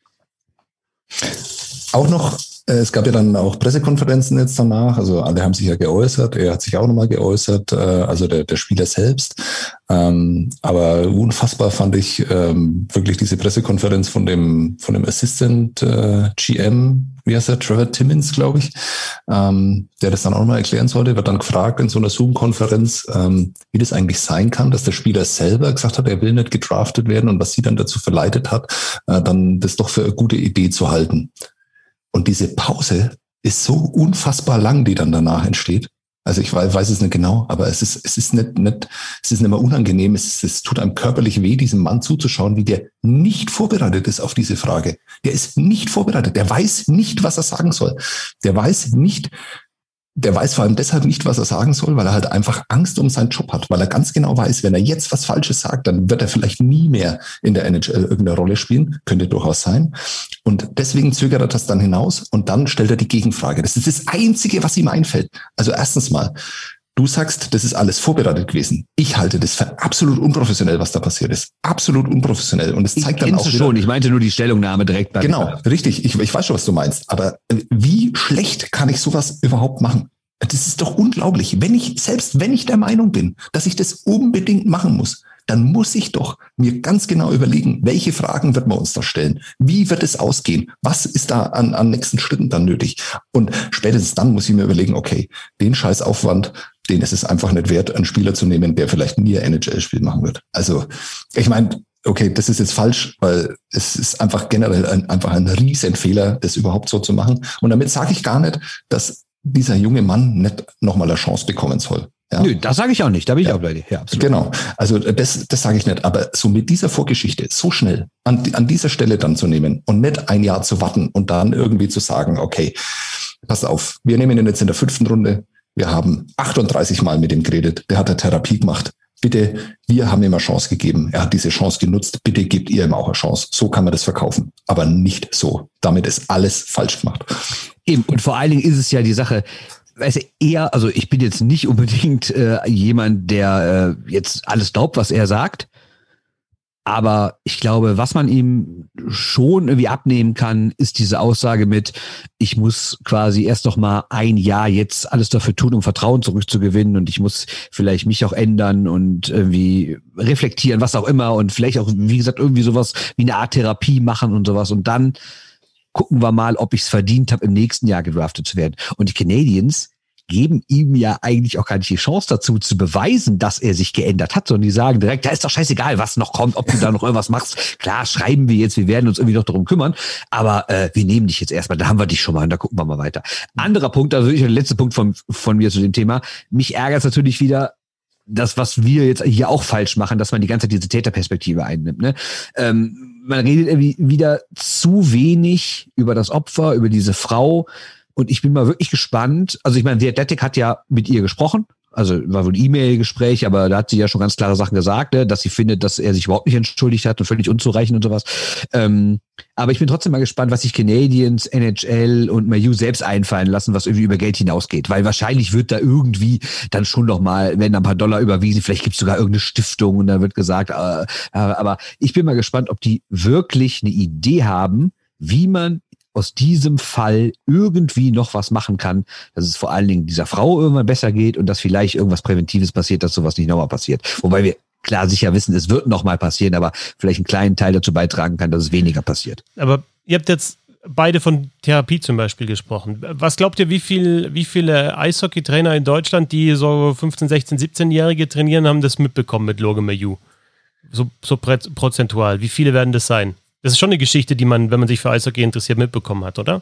Auch noch, äh, es gab ja dann auch Pressekonferenzen jetzt danach, also alle haben sich ja geäußert, er hat sich auch nochmal geäußert, äh, also der, der Spieler selbst. Ähm, aber unfassbar fand ich ähm, wirklich diese Pressekonferenz von dem von dem Assistant äh, G M, wie heißt der, Trevor Timmins, glaube ich, ähm, der das dann auch mal erklären sollte, wird dann gefragt in so einer Zoom-Konferenz, ähm, wie das eigentlich sein kann, dass der Spieler selber gesagt hat, er will nicht gedraftet werden und was sie dann dazu verleitet hat, äh, dann das doch für eine gute Idee zu halten. Und diese Pause ist so unfassbar lang, die dann danach entsteht. Also ich weiß es nicht genau, aber es ist es ist nicht nicht es ist nicht mehr unangenehm. Es ist, es tut einem körperlich weh, diesem Mann zuzuschauen, wie der nicht vorbereitet ist auf diese Frage. Der ist nicht vorbereitet. Der weiß nicht, was er sagen soll. Der weiß nicht. Der weiß vor allem deshalb nicht, was er sagen soll, weil er halt einfach Angst um seinen Job hat, weil er ganz genau weiß, wenn er jetzt was Falsches sagt, dann wird er vielleicht nie mehr in der N H L irgendeine Rolle spielen. Könnte durchaus sein. Und deswegen zögert er das dann hinaus und dann stellt er die Gegenfrage. Das ist das Einzige, was ihm einfällt. Also erstens mal, du sagst, das ist alles vorbereitet gewesen. Ich halte das für absolut unprofessionell, was da passiert ist. Absolut unprofessionell. Und es zeigt dann auch wieder, schon. Ich meinte nur die Stellungnahme direkt. Bei genau, richtig. Ich, ich weiß schon, was du meinst. Aber wie schlecht kann ich sowas überhaupt machen? Das ist doch unglaublich. Wenn ich, selbst wenn ich der Meinung bin, dass ich das unbedingt machen muss, dann muss ich doch mir ganz genau überlegen, welche Fragen wird man uns da stellen? Wie wird es ausgehen? Was ist da an, an nächsten Schritten dann nötig? Und spätestens dann muss ich mir überlegen, okay, den Scheißaufwand, den ist es einfach nicht wert, einen Spieler zu nehmen, der vielleicht nie ein N H L-Spiel machen wird. Also, ich meine, okay, das ist jetzt falsch, weil es ist einfach generell ein, einfach ein Riesenfehler, das überhaupt so zu machen. Und damit sage ich gar nicht, dass dieser junge Mann nicht nochmal eine Chance bekommen soll. Ja. Nö, das sage ich auch nicht, da bin ich ja. auch bei dir. Ja, absolut. Genau, also das, das sage ich nicht, aber so mit dieser Vorgeschichte so schnell an, an dieser Stelle dann zu nehmen und nicht ein Jahr zu warten und dann irgendwie zu sagen, okay, pass auf, wir nehmen ihn jetzt in der fünften Runde, wir haben achtunddreißig Mal mit ihm geredet, der hat eine Therapie gemacht, bitte, wir haben ihm eine Chance gegeben, er hat diese Chance genutzt, bitte gebt ihr ihm auch eine Chance, so kann man das verkaufen, aber nicht so, damit ist alles falsch gemacht. Eben, und vor allen Dingen ist es ja die Sache, weißt du, eher, also ich bin jetzt nicht unbedingt äh, jemand, der äh, jetzt alles glaubt, was er sagt, aber ich glaube, was man ihm schon irgendwie abnehmen kann, ist diese Aussage mit, ich muss quasi erst noch mal ein Jahr jetzt alles dafür tun, um Vertrauen zurückzugewinnen und ich muss vielleicht mich auch ändern und irgendwie reflektieren, was auch immer und vielleicht auch, wie gesagt, irgendwie sowas wie eine Art Therapie machen und sowas und dann gucken wir mal, ob ich es verdient habe, im nächsten Jahr gedraftet zu werden. Und die Canadiens geben ihm ja eigentlich auch gar nicht die Chance dazu, zu beweisen, dass er sich geändert hat, sondern die sagen direkt, da ist doch scheißegal, was noch kommt, ob du da noch irgendwas machst. Klar, schreiben wir jetzt, wir werden uns irgendwie noch darum kümmern, aber äh, wir nehmen dich jetzt erstmal, da haben wir dich schon mal und da gucken wir mal weiter. Anderer Punkt, also ich, der letzte Punkt von, von mir zu dem Thema, mich ärgert es natürlich wieder, das, was wir jetzt hier auch falsch machen, dass man die ganze Zeit diese Täterperspektive einnimmt. Ne? Ähm, man redet irgendwie wieder zu wenig über das Opfer, über diese Frau. Und ich bin mal wirklich gespannt. Also ich meine, The Athletic hat ja mit ihr gesprochen. Also war wohl ein E-Mail-Gespräch, aber da hat sie ja schon ganz klare Sachen gesagt, ne? Dass sie findet, dass er sich überhaupt nicht entschuldigt hat und völlig unzureichend und sowas. Ähm, aber ich bin trotzdem mal gespannt, was sich Canadiens, N H L und Mayu selbst einfallen lassen, was irgendwie über Geld hinausgeht. Weil wahrscheinlich wird da irgendwie dann schon noch mal, werden ein paar Dollar überwiesen, vielleicht gibt es sogar irgendeine Stiftung und da wird gesagt, äh, aber ich bin mal gespannt, ob die wirklich eine Idee haben, wie man aus diesem Fall irgendwie noch was machen kann, dass es vor allen Dingen dieser Frau irgendwann besser geht und dass vielleicht irgendwas Präventives passiert, dass sowas nicht nochmal passiert. Wobei wir klar sicher wissen, es wird nochmal passieren, aber vielleicht einen kleinen Teil dazu beitragen kann, dass es weniger passiert. Aber ihr habt jetzt beide von Therapie zum Beispiel gesprochen. Was glaubt ihr, wie viel, wie viele Eishockey-Trainer in Deutschland, die so fünfzehn-, sechzehn-, siebzehn-Jährige trainieren, haben das mitbekommen mit Logan Mailloux? So, so prozentual. Wie viele werden das sein? Das ist schon eine Geschichte, die man, wenn man sich für Eishockey interessiert, mitbekommen hat, oder?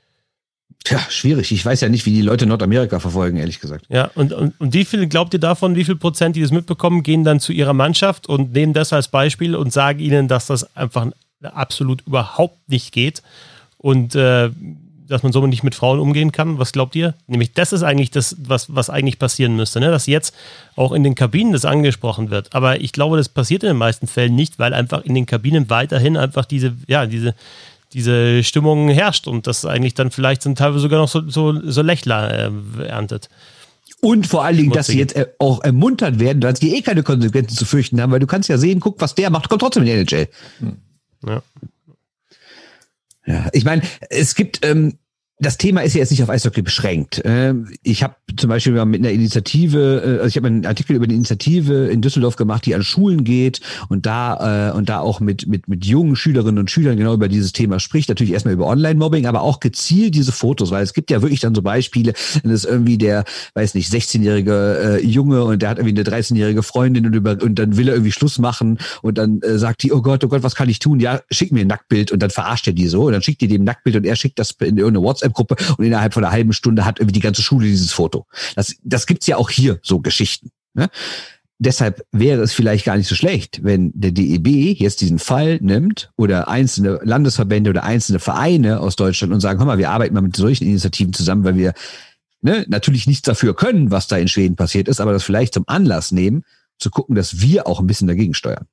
Tja, schwierig. Ich weiß ja nicht, wie die Leute Nordamerika verfolgen, ehrlich gesagt. Ja, und, und, und wie viel glaubt ihr davon, wie viel Prozent, die das mitbekommen, gehen dann zu ihrer Mannschaft und nehmen das als Beispiel und sagen ihnen, dass das einfach absolut überhaupt nicht geht und äh, dass man so nicht mit Frauen umgehen kann? Was glaubt ihr? Nämlich, das ist eigentlich das, was, was eigentlich passieren müsste, ne? Dass jetzt auch in den Kabinen das angesprochen wird. Aber ich glaube, das passiert in den meisten Fällen nicht, weil einfach in den Kabinen weiterhin einfach diese, ja, diese, diese Stimmung herrscht und das eigentlich dann vielleicht sind teilweise sogar noch so, so, so Lächler äh, erntet. Und vor allen Dingen, dass sie jetzt auch ermuntert werden, dass sie eh keine Konsequenzen zu fürchten haben, weil du kannst ja sehen, guck, was der macht, kommt trotzdem in die N H L. Ja. Ja, ich meine, es gibt, ähm, das Thema ist ja jetzt nicht auf Eishockey beschränkt. Ähm, ich habe zum Beispiel mal mit einer Initiative, äh, also ich habe einen Artikel über eine Initiative in Düsseldorf gemacht, die an Schulen geht und da äh, und da auch mit mit mit jungen Schülerinnen und Schülern genau über dieses Thema spricht. Natürlich erstmal über Online-Mobbing, aber auch gezielt diese Fotos, weil es gibt ja wirklich dann so Beispiele, dann ist irgendwie der, weiß nicht, sechzehnjährige äh, Junge und der hat irgendwie eine dreizehnjährige Freundin und über und dann will er irgendwie Schluss machen und dann äh, sagt die, oh Gott, oh Gott, was kann ich tun? Ja, schick mir ein Nacktbild und dann verarscht er die so und dann schickt die dem Nacktbild und er schickt das in irgendeine WhatsApp Gruppe und innerhalb von einer halben Stunde hat irgendwie die ganze Schule dieses Foto. Das, das gibt's ja auch hier, so Geschichten. Ne? Deshalb wäre es vielleicht gar nicht so schlecht, wenn der D E B jetzt diesen Fall nimmt oder einzelne Landesverbände oder einzelne Vereine aus Deutschland und sagen, hör mal, wir arbeiten mal mit solchen Initiativen zusammen, weil wir ne, natürlich nichts dafür können, was da in Schweden passiert ist, aber das vielleicht zum Anlass nehmen, zu gucken, dass wir auch ein bisschen dagegen steuern.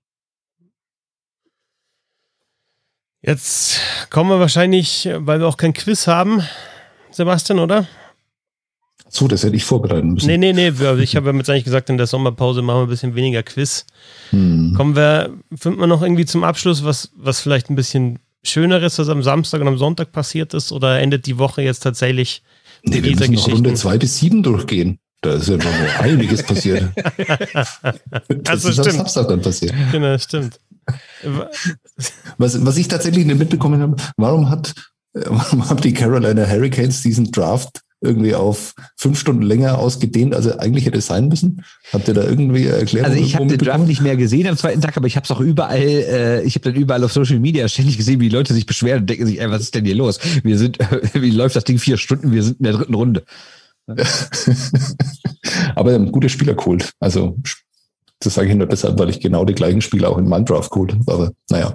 Jetzt kommen wir wahrscheinlich, weil wir auch kein Quiz haben, Sebastian, oder? So, das hätte ich vorbereiten müssen. Nee, nee, nee. Ich habe jetzt eigentlich gesagt, in der Sommerpause machen wir ein bisschen weniger Quiz. Hm. Kommen wir, finden wir noch irgendwie zum Abschluss, was, was vielleicht ein bisschen Schöneres, was am Samstag und am Sonntag passiert ist? Oder endet die Woche jetzt tatsächlich nee, mit wir dieser müssen noch Geschichte? Runde zwei bis sieben durchgehen. Da ist ja noch einiges passiert. Das also ist stimmt. am Samstag dann passiert. Genau, stimmt. Was, was ich tatsächlich nicht mitbekommen habe, warum hat, warum haben die Carolina Hurricanes diesen Draft irgendwie auf fünf Stunden länger ausgedehnt, als er eigentlich hätte sein müssen? Habt ihr da irgendwie erklärt? Also ich habe den Draft nicht mehr gesehen am zweiten Tag, aber ich habe es auch überall, äh, ich habe dann überall auf Social Media ständig gesehen, wie die Leute sich beschweren und denken sich, ey, was ist denn hier los? Wir sind, wie läuft das Ding vier Stunden? Wir sind in der dritten Runde. Aber ein guter Spieler geholt. Also das sage ich nur deshalb, weil ich genau die gleichen Spieler auch in meinem Draft geholt habe. Aber naja.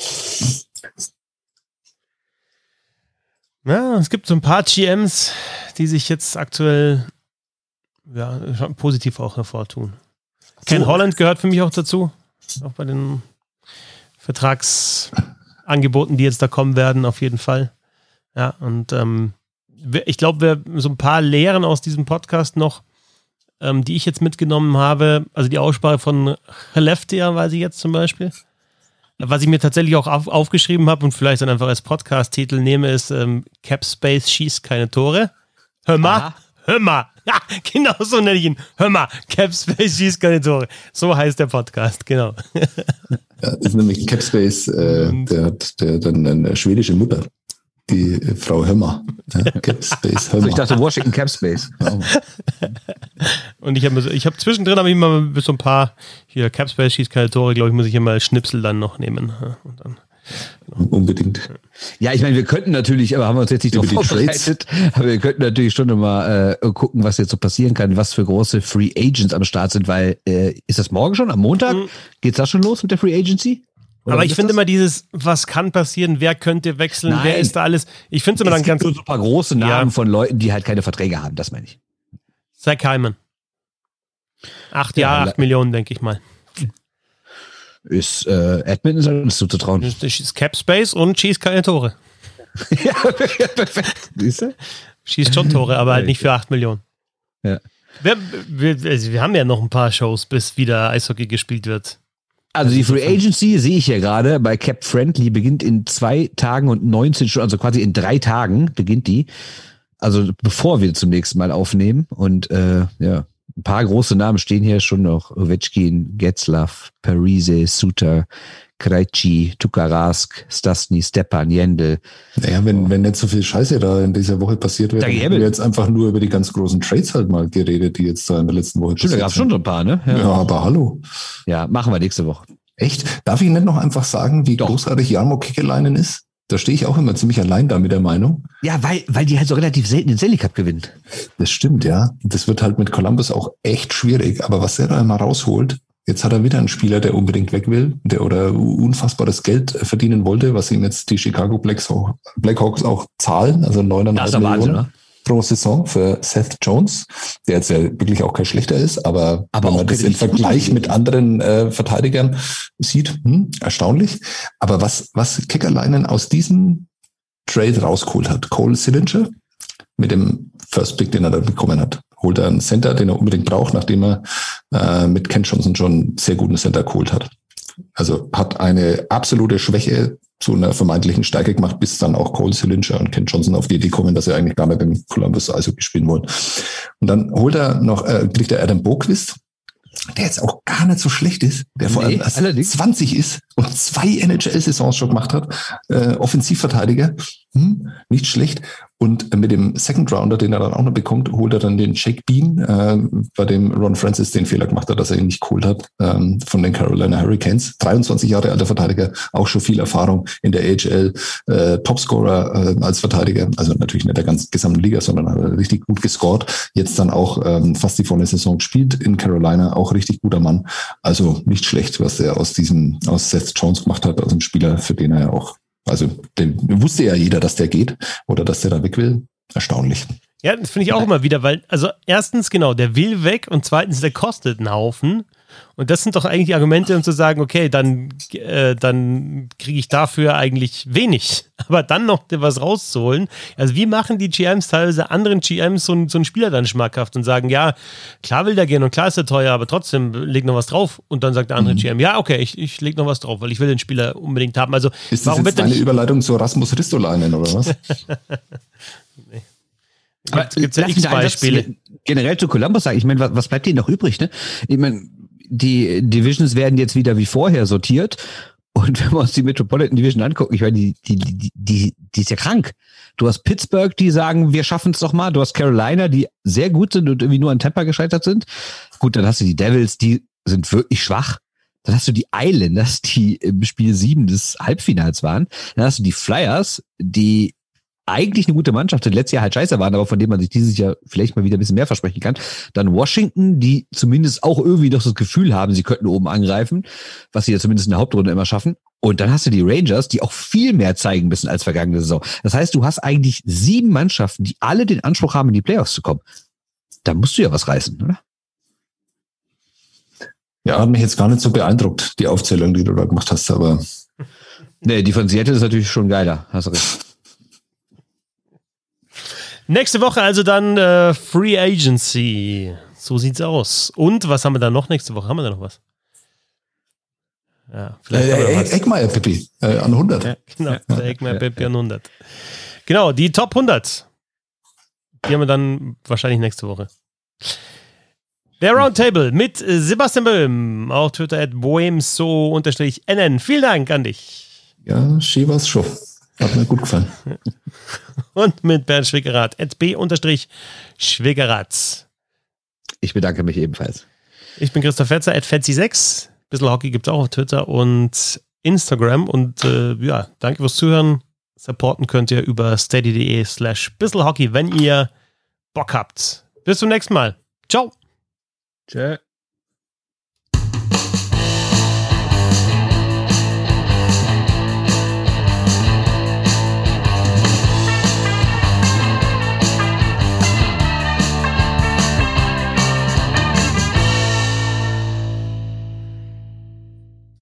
Ja, es gibt so ein paar G Ms, die sich jetzt aktuell ja, positiv auch hervortun. So. Ken Holland gehört für mich auch dazu. Auch bei den Vertragsangeboten, die jetzt da kommen werden, auf jeden Fall. Ja, und ähm, ich glaube, wir so ein paar Lehren aus diesem Podcast noch, ähm, die ich jetzt mitgenommen habe, also die Aussprache von Leftia, weiß ich jetzt zum Beispiel. Was ich mir tatsächlich auch auf, aufgeschrieben habe und vielleicht dann einfach als Podcast-Titel nehme, ist ähm, Cap Space schießt keine Tore. Hör mal, hör mal. Ja, genau so nenne ich ihn. Hör mal, Cap Space schießt keine Tore. So heißt der Podcast, genau. Ja, ist nämlich Cap Space, äh, der hat der dann eine schwedische Mutter. Die Frau Hömmer. Ja, Cap Space Hömmer. Also ich dachte Washington Cap Space. Und ich habe ich hab zwischendrin habe ich mal so ein paar hier Cap Space schießt keine Tore, glaube ich, muss ich hier mal Schnipsel dann noch nehmen. Und dann, genau. Unbedingt. Ja, ich meine, wir könnten natürlich, aber haben wir uns jetzt nicht darauf vorbereitet, aber wir könnten natürlich schon mal äh, gucken, was jetzt so passieren kann, was für große Free Agents am Start sind, weil äh, ist das morgen schon, am Montag? Mhm. Geht's da schon los mit der Free Agency? Oder aber ich finde immer dieses, was kann passieren, wer könnte wechseln, Nein. wer ist da alles. Ich finde es immer dann ganz. Es gibt so ein paar große Namen ja. von Leuten, die halt keine Verträge haben, das meine ich. Zach Hyman. Acht ja, Jahre, acht Millionen, denke ich mal. Ist äh, Edmonton ist zuzutrauen. Das ist Cap Space und schießt keine Tore. Ja, perfekt. Siehst du? Schießt schon Tore, aber halt nicht für acht Millionen. Ja. Wir, wir, also wir haben ja noch ein paar Shows, bis wieder Eishockey gespielt wird. Also die Free Agency sehe ich ja gerade bei Cap Friendly beginnt in zwei Tagen und neunzehn Stunden, also quasi in drei Tagen beginnt die. Also bevor wir zum nächsten Mal aufnehmen und äh, ja, ein paar große Namen stehen hier schon noch. Ovechkin, Getzlaff, Parise, Suter, Krejci, Tukarask, Stastny, Stepan, Jendl. Naja, wenn, wenn nicht so viel Scheiße da in dieser Woche passiert wird, dann haben wir jetzt einfach nur über die ganz großen Trades halt mal geredet, die jetzt da in der letzten Woche passiert sind. Da gab es schon so ein paar, ne? Ja. ja, aber hallo. Ja, machen wir nächste Woche. Echt? Darf ich nicht noch einfach sagen, wie Doch. großartig Jarmo Kekalainen ist? Da stehe ich auch immer ziemlich allein da mit der Meinung. Ja, weil, weil die halt so relativ selten den Stanley Cup gewinnen. Das stimmt, ja. Das wird halt mit Columbus auch echt schwierig. Aber was der da immer rausholt, jetzt hat er wieder einen Spieler, der unbedingt weg will, der oder unfassbares Geld verdienen wollte, was ihm jetzt die Chicago Blackhawks auch zahlen, also neuneinhalb Millionen ne? pro Saison für Seth Jones, der jetzt ja wirklich auch kein schlechter ist, aber, aber wenn man das im Vergleich mit anderen äh, Verteidigern sieht, hm, erstaunlich. Aber was, was Kekalainen aus diesem Trade rausgeholt hat, Cole Sillinger mit dem First Pick, den er da bekommen hat, holt er einen Center, den er unbedingt braucht, nachdem er äh, mit Ken Johnson schon einen sehr guten Center geholt hat. Also hat eine absolute Schwäche zu einer vermeintlichen Stärke gemacht, bis dann auch Cole Sillinger und Ken Johnson auf die Idee kommen, dass sie eigentlich gar nicht beim Columbus Eishockey spielen wollen. Und dann holt er noch, äh, kriegt er Adam Boqvist, der jetzt auch gar nicht so schlecht ist, der vor allem erst zwanzig ist und zwei N H L-Saisons schon gemacht hat, äh, Offensivverteidiger, hm, nicht schlecht. Und mit dem Second Rounder, den er dann auch noch bekommt, holt er dann den Jake Bean, äh, bei dem Ron Francis den Fehler gemacht hat, dass er ihn nicht geholt hat, ähm, von den Carolina Hurricanes. dreiundzwanzig Jahre alter Verteidiger, auch schon viel Erfahrung in der A H L, äh, Topscorer äh, als Verteidiger, also natürlich nicht der ganzen gesamten Liga, sondern hat richtig gut gescored. Jetzt dann auch ähm, fast die volle Saison gespielt in Carolina, auch richtig guter Mann. Also nicht schlecht, was er aus diesem, aus Seth Jones gemacht hat, also ein Spieler, für den er ja auch, also den wusste ja jeder, dass der geht oder dass der da weg will. Erstaunlich. Ja, das finde ich auch immer wieder, weil, also erstens, genau, der will weg und zweitens, der kostet einen Haufen. Und das sind doch eigentlich die Argumente, um zu sagen, okay, dann, äh, dann kriege ich dafür eigentlich wenig. Aber dann noch was rauszuholen. Also wie machen die G Ms teilweise anderen G Ms so, so einen Spieler dann schmackhaft und sagen, ja, klar will der gehen und klar ist der teuer, aber trotzdem leg noch was drauf. Und dann sagt der andere mhm. G M, ja, okay, ich, ich leg noch was drauf, weil ich will den Spieler unbedingt haben. Also, ist das warum jetzt eine Überleitung zu Rasmus Ristolainen oder was? Nee. Aber gibt es ja x Beispiele. Generell zu Columbus sagen, ich meine, was, was bleibt denen noch übrig? Ne? Ich meine, die Divisions werden jetzt wieder wie vorher sortiert Und wenn wir uns die Metropolitan Division angucken, ich meine, die, die, die, die, die ist ja krank. Du hast Pittsburgh, die sagen, wir schaffen es doch mal. Du hast Carolina, die sehr gut sind und irgendwie nur an Tampa gescheitert sind. Gut, dann hast du die Devils, die sind wirklich schwach. Dann hast du die Islanders, die im Spiel sieben des Halbfinals waren. Dann hast du die Flyers, die eigentlich eine gute Mannschaft sind, letztes Jahr halt scheiße waren, aber von dem man sich dieses Jahr vielleicht mal wieder ein bisschen mehr versprechen kann. Dann Washington, die zumindest auch irgendwie noch das Gefühl haben, sie könnten oben angreifen, was sie ja zumindest in der Hauptrunde immer schaffen. Und dann hast du die Rangers, die auch viel mehr zeigen müssen als vergangene Saison. Das heißt, du hast eigentlich sieben Mannschaften, die alle den Anspruch haben, in die Playoffs zu kommen. Da musst du ja was reißen, oder? Ja, hat mich jetzt gar nicht so beeindruckt, die Aufzählung, die du da gemacht hast, aber... Nee, die von Seattle ist natürlich schon geiler, hast du recht. Nächste Woche also dann äh, Free Agency. So sieht's aus. Und was haben wir da noch nächste Woche? Haben wir da noch was? Ja, vielleicht äh, haben wir noch äh, was. Eckmeier Pippi äh, an hundert. Ja, genau, ja. der Eckmeier Pippi an hundert. Genau, die Top hundert. Die haben wir dann wahrscheinlich nächste Woche. Der Roundtable mit Sebastian Böhm, auf Twitter at bohemso-nn. Vielen Dank an dich. Ja, Shivas Show. Hat mir gut gefallen. Und mit Bernd Schwickerath, at b-schwickerath. Ich bedanke mich ebenfalls. Ich bin Christoph Fetzer, at fetzi sechs. Bissl Hockey gibt es auch auf Twitter und Instagram. Und äh, ja, danke fürs Zuhören. Supporten könnt ihr über steady.de slash bisselhockey, wenn ihr Bock habt. Bis zum nächsten Mal. Ciao. Tschö.